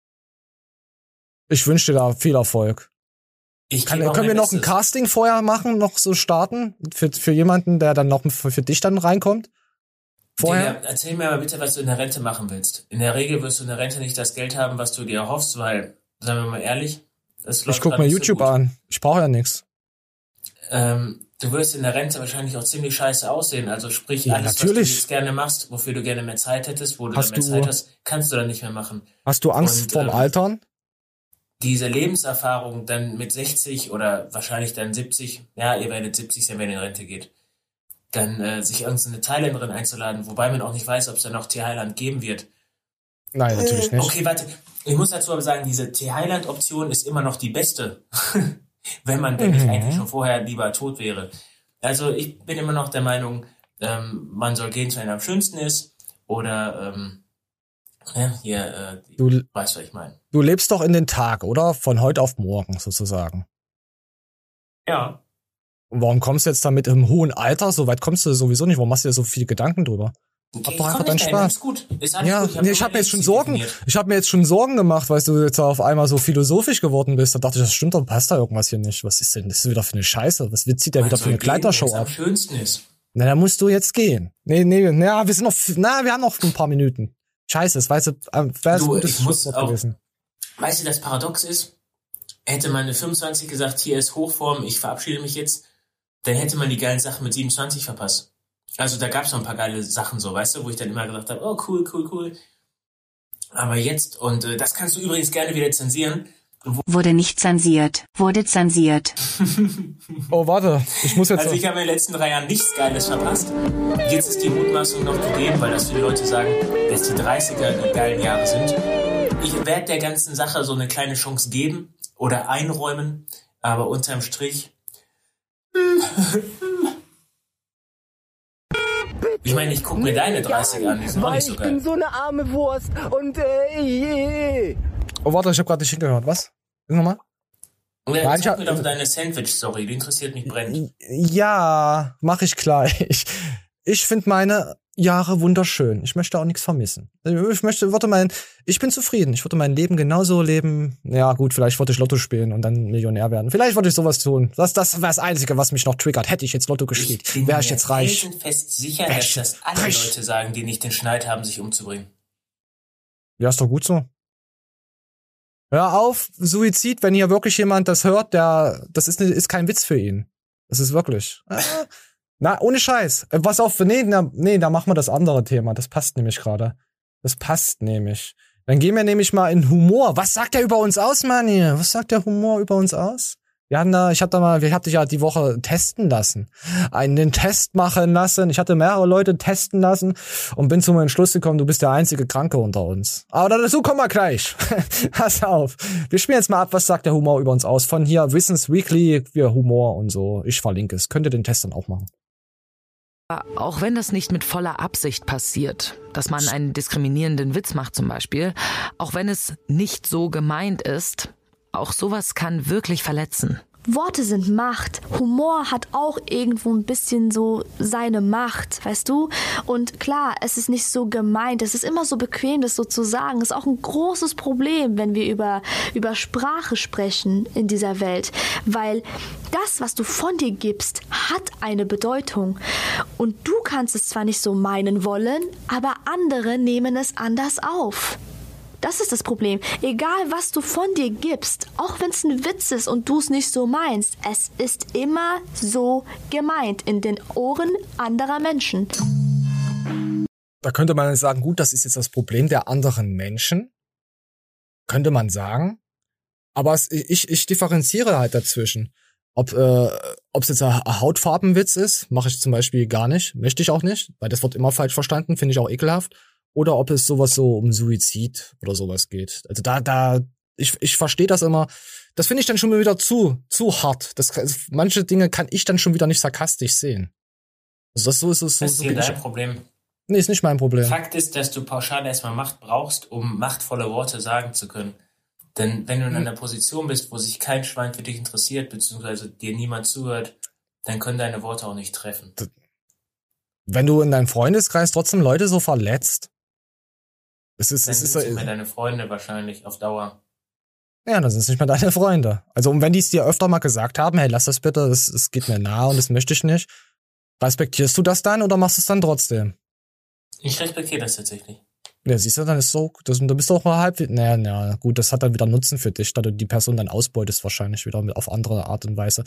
Ich wünsche dir da viel Erfolg. Ich Kann, können wir noch Bestes. ein Casting vorher machen, noch so starten? Für, für jemanden, der dann noch für, für dich dann reinkommt? Vorher? Digga, erzähl mir mal bitte, was du in der Rente machen willst. In der Regel wirst du in der Rente nicht das Geld haben, was du dir erhoffst, weil, sagen wir mal ehrlich, es läuft ich guck mir YouTube so an. Ich brauche ja nichts. Ähm, du wirst in der Rente wahrscheinlich auch ziemlich scheiße aussehen. Also sprich, ja, alles, natürlich. was du jetzt gerne machst, wofür du gerne mehr Zeit hättest, wo du hast dann mehr du, Zeit hast, kannst du dann nicht mehr machen. Hast du Angst Und, vorm ähm, Altern? Diese Lebenserfahrung dann mit sechzig oder wahrscheinlich dann siebzig, ja, ihr werdet siebzig sein, wenn ihr in Rente geht, dann äh, sich irgendeine Thailänderin einzuladen, wobei man auch nicht weiß, ob es dann noch Thailand geben wird. Nein, natürlich nicht. Okay, warte, ich muss dazu aber sagen, diese Thailand-Option ist immer noch die beste, wenn man denn nicht mhm. eigentlich schon vorher lieber tot wäre. Also ich bin immer noch der Meinung, ähm, man soll gehen, wenn er am schönsten ist, oder ähm, ja, hier, äh, du, weißt du, was ich meine. Du lebst doch in den Tag, oder? Von heute auf morgen, sozusagen. Ja. Und warum kommst du jetzt damit im hohen Alter? So weit kommst du sowieso nicht. Warum machst du dir so viele Gedanken drüber? Okay, hab doch einfach deinen Spaß. Ist gut. Ist alles ja, gut. Ich hab, nee, ich hab mir jetzt schon Sorgen, definiert. ich habe mir jetzt schon Sorgen gemacht, weil du jetzt auf einmal so philosophisch geworden bist. Da dachte ich, das stimmt, da passt da irgendwas hier nicht. Was ist denn das ist wieder für eine Scheiße? Was zieht der wieder für eine Kleidershow ab? Am schönsten ist. Na, da musst du jetzt gehen. Nee, nee, na, wir sind noch, na, wir haben noch ein paar Minuten. Scheiße, das weißt du, wäre ein gutes Schlusswort gewesen. Weißt du, das Paradox ist, hätte man eine fünfundzwanzig gesagt, hier ist Hochform, ich verabschiede mich jetzt, dann hätte man die geilen Sachen mit siebenundzwanzig verpasst. Also da gab es noch ein paar geile Sachen so, weißt du, wo ich dann immer gesagt habe, oh cool, cool, cool. Aber jetzt, und äh, das kannst du übrigens gerne wieder zensieren. Wurde nicht zensiert. Wurde zensiert. Oh, warte. Ich muss jetzt... Also ich habe in den letzten drei Jahren nichts Geiles verpasst. Jetzt ist die Mutmaßung noch gegeben, weil das viele Leute sagen, dass die dreißiger die geilen Jahre sind. Ich werde der ganzen Sache so eine kleine Chance geben oder einräumen, aber unterm Strich... Ich meine, ich guck mir deine dreißiger an, die sind auch nicht so geil. Ich bin so eine arme Wurst und äh... Oh, warte, ich habe gerade nicht hingehört. Was? Nochmal? Ja, Nein, sag mir doch deine Sandwich-Story, die interessiert mich brennend. Ja, mach ich gleich. Ich finde meine Jahre wunderschön. Ich möchte auch nichts vermissen. Ich möchte, würde mein, ich bin zufrieden. Ich würde mein Leben genauso leben. Ja, gut, vielleicht würde ich Lotto spielen und dann Millionär werden. Vielleicht würde ich sowas tun. Das, das wäre das Einzige, was mich noch triggert. Hätte ich jetzt Lotto gespielt, wäre ich jetzt reich. Ich bin fest sicher, dass das alle reich. Leute sagen, die nicht den Schneid haben, sich umzubringen. Ja, ist doch gut so. Hör auf, Suizid, wenn hier wirklich jemand das hört, der, das ist, ist kein Witz für ihn. Das ist wirklich. Na, ohne Scheiß. Pass auf, nee, na, nee, da machen wir das andere Thema. Das passt nämlich gerade. Das passt nämlich. Dann gehen wir nämlich mal in Humor. Was sagt der über uns aus, Manni? Was sagt der Humor über uns aus? Wir hatten da, ich hatte mal, ich hab dich ja die Woche testen lassen. Einen Test machen lassen. Ich hatte mehrere Leute testen lassen und bin zum Entschluss gekommen, du bist der einzige Kranke unter uns. Aber dazu kommen wir gleich. Pass auf. Wir spielen jetzt mal ab, was sagt der Humor über uns aus. Von hier Wissens Weekly, wir Humor und so. Ich verlinke es. Könnt ihr den Test dann auch machen. Auch wenn das nicht mit voller Absicht passiert, dass man einen diskriminierenden Witz macht zum Beispiel, auch wenn es nicht so gemeint ist, auch sowas kann wirklich verletzen. Worte sind Macht. Humor hat auch irgendwo ein bisschen so seine Macht, weißt du? Und klar, es ist nicht so gemeint. Es ist immer so bequem, das so zu sagen. Es ist auch ein großes Problem, wenn wir über, über Sprache sprechen in dieser Welt. Weil das, was du von dir gibst, hat eine Bedeutung. Und du kannst es zwar nicht so meinen wollen, aber andere nehmen es anders auf. Das ist das Problem. Egal, was du von dir gibst, auch wenn es ein Witz ist und du es nicht so meinst, es ist immer so gemeint in den Ohren anderer Menschen. Da könnte man sagen, gut, das ist jetzt das Problem der anderen Menschen. Könnte man sagen. Aber es, ich, ich differenziere halt dazwischen. Ob, äh, ob es jetzt ein Hautfarbenwitz ist, mache ich zum Beispiel gar nicht, möchte ich auch nicht, weil das wird immer falsch verstanden, finde ich auch ekelhaft. Oder ob es sowas so um Suizid oder sowas geht. Also da, da, ich, ich verstehe das immer. Das finde ich dann schon wieder zu, zu hart. Das, manche Dinge kann ich dann schon wieder nicht sarkastisch sehen. Also das so ist es so. Das ist so hier bin dein ich- Problem. Nee, ist nicht mein Problem. Fakt ist, dass du pauschal erstmal Macht brauchst, um machtvolle Worte sagen zu können. Denn wenn du in einer Position bist, wo sich kein Schwein für dich interessiert, beziehungsweise dir niemand zuhört, dann können deine Worte auch nicht treffen. Wenn du in deinem Freundeskreis trotzdem Leute so verletzt, es ist, Dann es ist, sind sie mehr deine Freunde wahrscheinlich auf Dauer. ja, dann sind es nicht mehr deine Freunde. Also, und wenn die es dir öfter mal gesagt haben, hey, lass das bitte, das, das geht mir nahe und das möchte ich nicht, respektierst du das dann oder machst du es dann trotzdem? Ich respektiere das tatsächlich. Ja, siehst du, dann ist so, das, da bist du auch mal halb, naja, naja, gut, das hat dann wieder Nutzen für dich, da du die Person dann ausbeutest wahrscheinlich wieder mit, auf andere Art und Weise.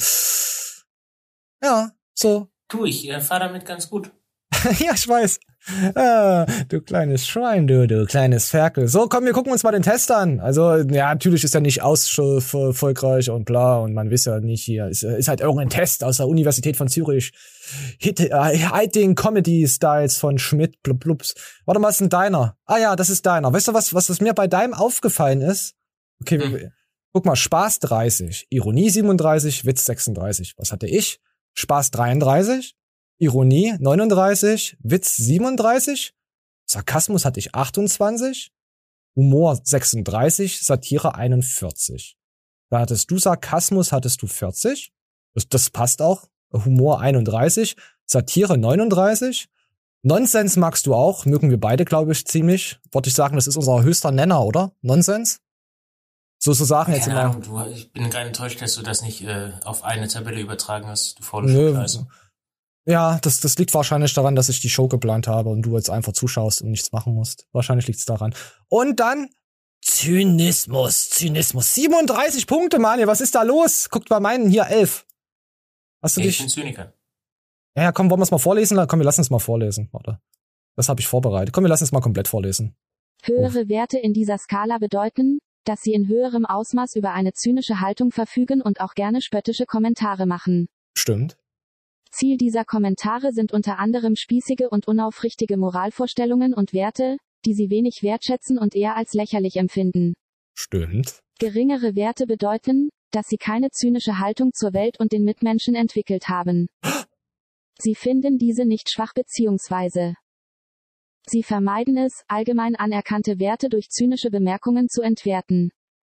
Ja, so. Du, ich äh, fahre damit ganz gut. Ja, ich weiß. Ah, du kleines Schwein, du, du kleines Ferkel. So, komm, wir gucken uns mal den Test an. Also, ja, natürlich ist er nicht erfolgreich und bla, und man weiß ja nicht hier. Ist, ist halt irgendein Test aus der Universität von Zürich. Hit, äh, Hiting Comedy Styles von Schmidt, blub, blups. Warte mal, was ist denn deiner? Ah ja, das ist deiner. Weißt du, was, was, was mir bei deinem aufgefallen ist? Okay, Hm. wir, guck mal, Spaß dreißig, Ironie siebenunddreißig, Witz sechsunddreißig. Was hatte ich? Spaß dreiunddreißig, Ironie neununddreißig, Witz siebenunddreißig, Sarkasmus hatte ich achtundzwanzig, Humor sechsunddreißig, Satire einundvierzig. Da hattest du Sarkasmus, hattest du vierzig. Das, das passt auch. Humor einunddreißig, Satire neununddreißig. Nonsens magst du auch, mögen wir beide, glaube ich, ziemlich. Wollte ich sagen, das ist unser höchster Nenner, oder? Nonsens? So so Sachen jetzt Keine immer. Ahnung, du, ich bin gerade enttäuscht, dass du das nicht äh, auf eine Tabelle übertragen hast, du faule Nö. Scheiße. Ja, das, das liegt wahrscheinlich daran, dass ich die Show geplant habe und du jetzt einfach zuschaust und nichts machen musst. Wahrscheinlich liegt's daran. Und dann Zynismus, Zynismus. siebenunddreißig Punkte, Manuel, was ist da los? Guckt bei meinen hier elf. Hast du Ich dich... bin Zyniker. Ja, ja, komm, wollen wir es mal vorlesen? Komm, wir lassen es mal vorlesen. Warte. Das habe ich vorbereitet. Komm, wir lassen es mal komplett vorlesen. Höhere Werte in dieser Skala bedeuten, dass sie in höherem Ausmaß über eine zynische Haltung verfügen und auch gerne spöttische Kommentare machen. Stimmt. Ziel dieser Kommentare sind unter anderem spießige und unaufrichtige Moralvorstellungen und Werte, die sie wenig wertschätzen und eher als lächerlich empfinden. Stimmt. Geringere Werte bedeuten, dass sie keine zynische Haltung zur Welt und den Mitmenschen entwickelt haben. Sie finden diese nicht schwach bzw. Sie vermeiden es, allgemein anerkannte Werte durch zynische Bemerkungen zu entwerten.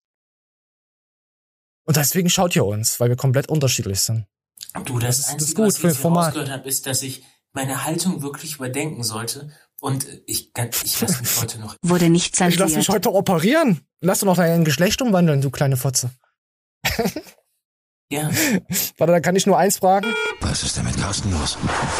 Und deswegen schaut ihr uns, weil wir komplett unterschiedlich sind. Du, das, Das ist- das Einzige, ist gut was für ich ein so Format. rausgehört habe, ist, dass ich meine Haltung wirklich überdenken sollte. Und ich, ich lasse mich heute noch... Wurde nicht Ich lass mich zensiert. heute operieren. Lass du noch dein Geschlecht umwandeln, du kleine Fotze. Ja. Warte, da kann ich nur eins fragen. Was ist denn mit Carsten los?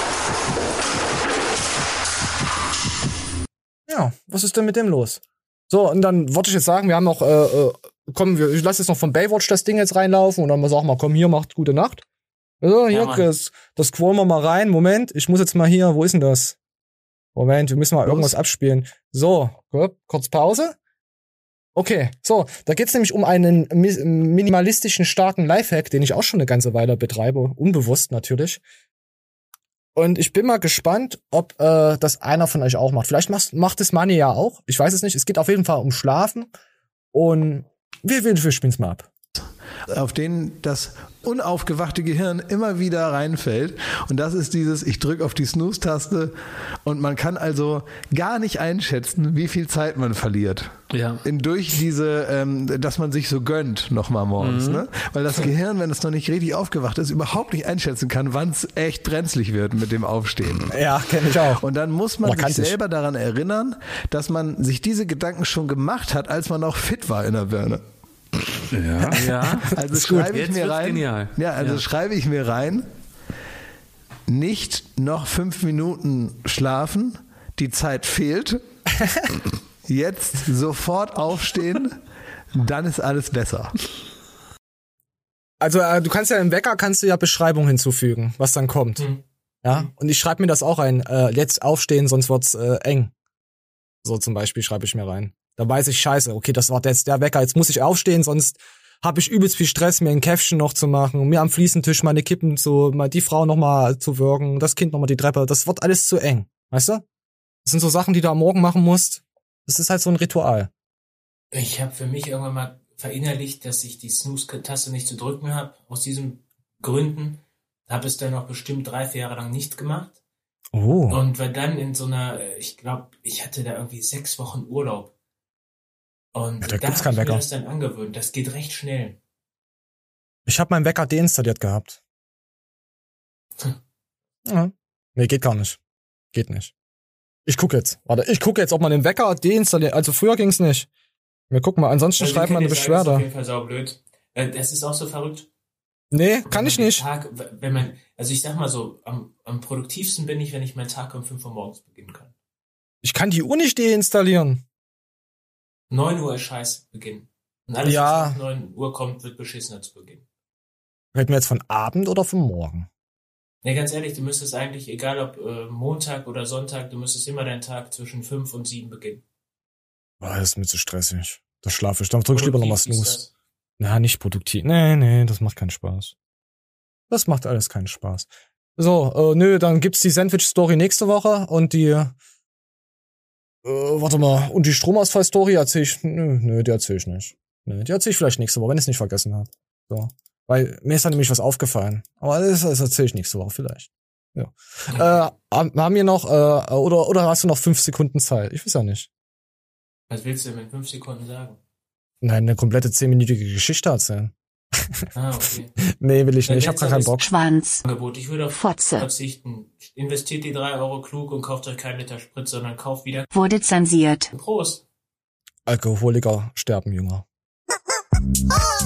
Ja, was ist denn mit dem los? So, und dann wollte ich jetzt sagen, wir haben noch, äh, äh, komm, wir, ich lasse jetzt noch von Baywatch das Ding jetzt reinlaufen und dann mal sagen wir, komm, hier, macht gute Nacht. So, hier, Ja, Mann. das, das scrollen wir mal rein. Moment, ich muss jetzt mal hier, wo ist denn das? Moment, wir müssen mal irgendwas abspielen. So, gut, kurz Pause. Okay, so, da geht's nämlich um einen mi- minimalistischen, starken Lifehack, den ich auch schon eine ganze Weile betreibe, unbewusst natürlich. Und ich bin mal gespannt, ob äh, das einer von euch auch macht. Vielleicht macht, macht es Manni ja auch. Ich weiß es nicht. Es geht auf jeden Fall um Schlafen. Und wir, wir, wir spielen's mal ab. Auf den das unaufgewachte Gehirn immer wieder reinfällt. Und das ist dieses, ich drücke auf die Snooze-Taste und man kann also gar nicht einschätzen, wie viel Zeit man verliert. Ja. In, durch diese, ähm, dass man sich so gönnt nochmal morgens. Mhm. Ne? Weil das Gehirn, wenn es noch nicht richtig aufgewacht ist, überhaupt nicht einschätzen kann, wann es echt brenzlig wird mit dem Aufstehen. Ja, kenne ich auch. Und dann muss man Oder sich kannte ich. selber daran erinnern, dass man sich diese Gedanken schon gemacht hat, als man noch fit war in der Birne. Ja. Ja. Also Ist gut. schreibe ich Jetzt mir wird's rein. genial. Ja, also Ja. schreibe ich mir rein. Nicht noch fünf Minuten schlafen. Die Zeit fehlt. Jetzt sofort aufstehen. Dann ist alles besser. Also äh, du kannst ja im Wecker kannst du ja Beschreibung hinzufügen, was dann kommt. Mhm. Ja, und ich schreibe mir das auch ein. Äh, jetzt aufstehen, sonst wird's äh, eng. So zum Beispiel schreibe ich mir rein. Da weiß ich, scheiße, okay, das war jetzt der Wecker, jetzt muss ich aufstehen, sonst habe ich übelst viel Stress, mir ein Käffchen noch zu machen, mir am Fliesentisch meine Kippen zu, mal die Frau noch mal zu würgen, das Kind noch mal die Treppe. Das wird alles zu eng, weißt du? Das sind so Sachen, die du am Morgen machen musst. Das ist halt so ein Ritual. Ich habe für mich irgendwann mal verinnerlicht, dass ich die Snooze-Taste nicht zu drücken habe. Aus diesen Gründen habe es dann auch bestimmt drei, vier Jahre lang nicht gemacht. Oh. Und war dann in so einer, ich glaube, ich hatte da irgendwie sechs Wochen Urlaub. Und Ja, da da gibt's habe keinen ich mir Wecker. das dann angewöhnt. Das geht recht schnell. Ich habe meinen Wecker deinstalliert gehabt. Ja. Nee, geht gar nicht. Geht nicht. Ich guck jetzt. Warte, ich gucke jetzt, ob man den Wecker deinstalliert. Also früher ging's nicht. Wir gucken mal, ansonsten Also, schreibt man eine ich kann dir sagen, das ist auf Beschwerde. jeden Fall saublöd. Äh, Das ist auch so verrückt. Nee, kann ich den nicht. Tag, wenn man, also ich sag mal so, am, am produktivsten bin ich, wenn ich meinen Tag um fünf Uhr morgens beginnen kann. Ich kann die Uhr nicht deinstallieren. neun Uhr ist scheiß Beginn. Und alles, Ja. was nach neun Uhr kommt, wird beschissener zu Beginn. Reden wir jetzt von Abend oder von Morgen? Ne, ganz ehrlich, du müsstest eigentlich, egal ob äh, Montag oder Sonntag, du müsstest immer deinen Tag zwischen fünf und sieben beginnen. Boah, das ist mir zu stressig. Das schlafe ich. Dann drück ich lieber nochmal Produktiv ist Snooze. das. Na, nicht produktiv. Nee, nee, das macht keinen Spaß. Das macht alles keinen Spaß. So, äh, nö, dann gibt's die Sandwich-Story nächste Woche und die, äh, warte mal, und die Stromausfall-Story erzähl ich, nö, nö, die erzähl ich nicht. Nö, die erzähl ich vielleicht nächste Woche, wenn ich es nicht vergessen habe. So. Weil mir ist da nämlich was aufgefallen. Aber das, das erzähl ich nächste Woche vielleicht. Ja. Äh, haben wir noch, äh, oder, oder hast du noch fünf Sekunden Zeit? Ich weiß ja nicht. Was willst du denn mit fünf Sekunden sagen? Nein, eine komplette zehnminütige Geschichte erzählen. Ah, okay. Nee, will ich Dein nicht. Ich hab gar keinen Bock. Schwanz. Angebot. Ich würde auf Fotze. verzichten. Investiert die drei Euro klug und kauft euch keinen Liter Sprit, sondern kauft wieder Wurde zensiert. Prost. Alkoholiker sterben jünger. Oh,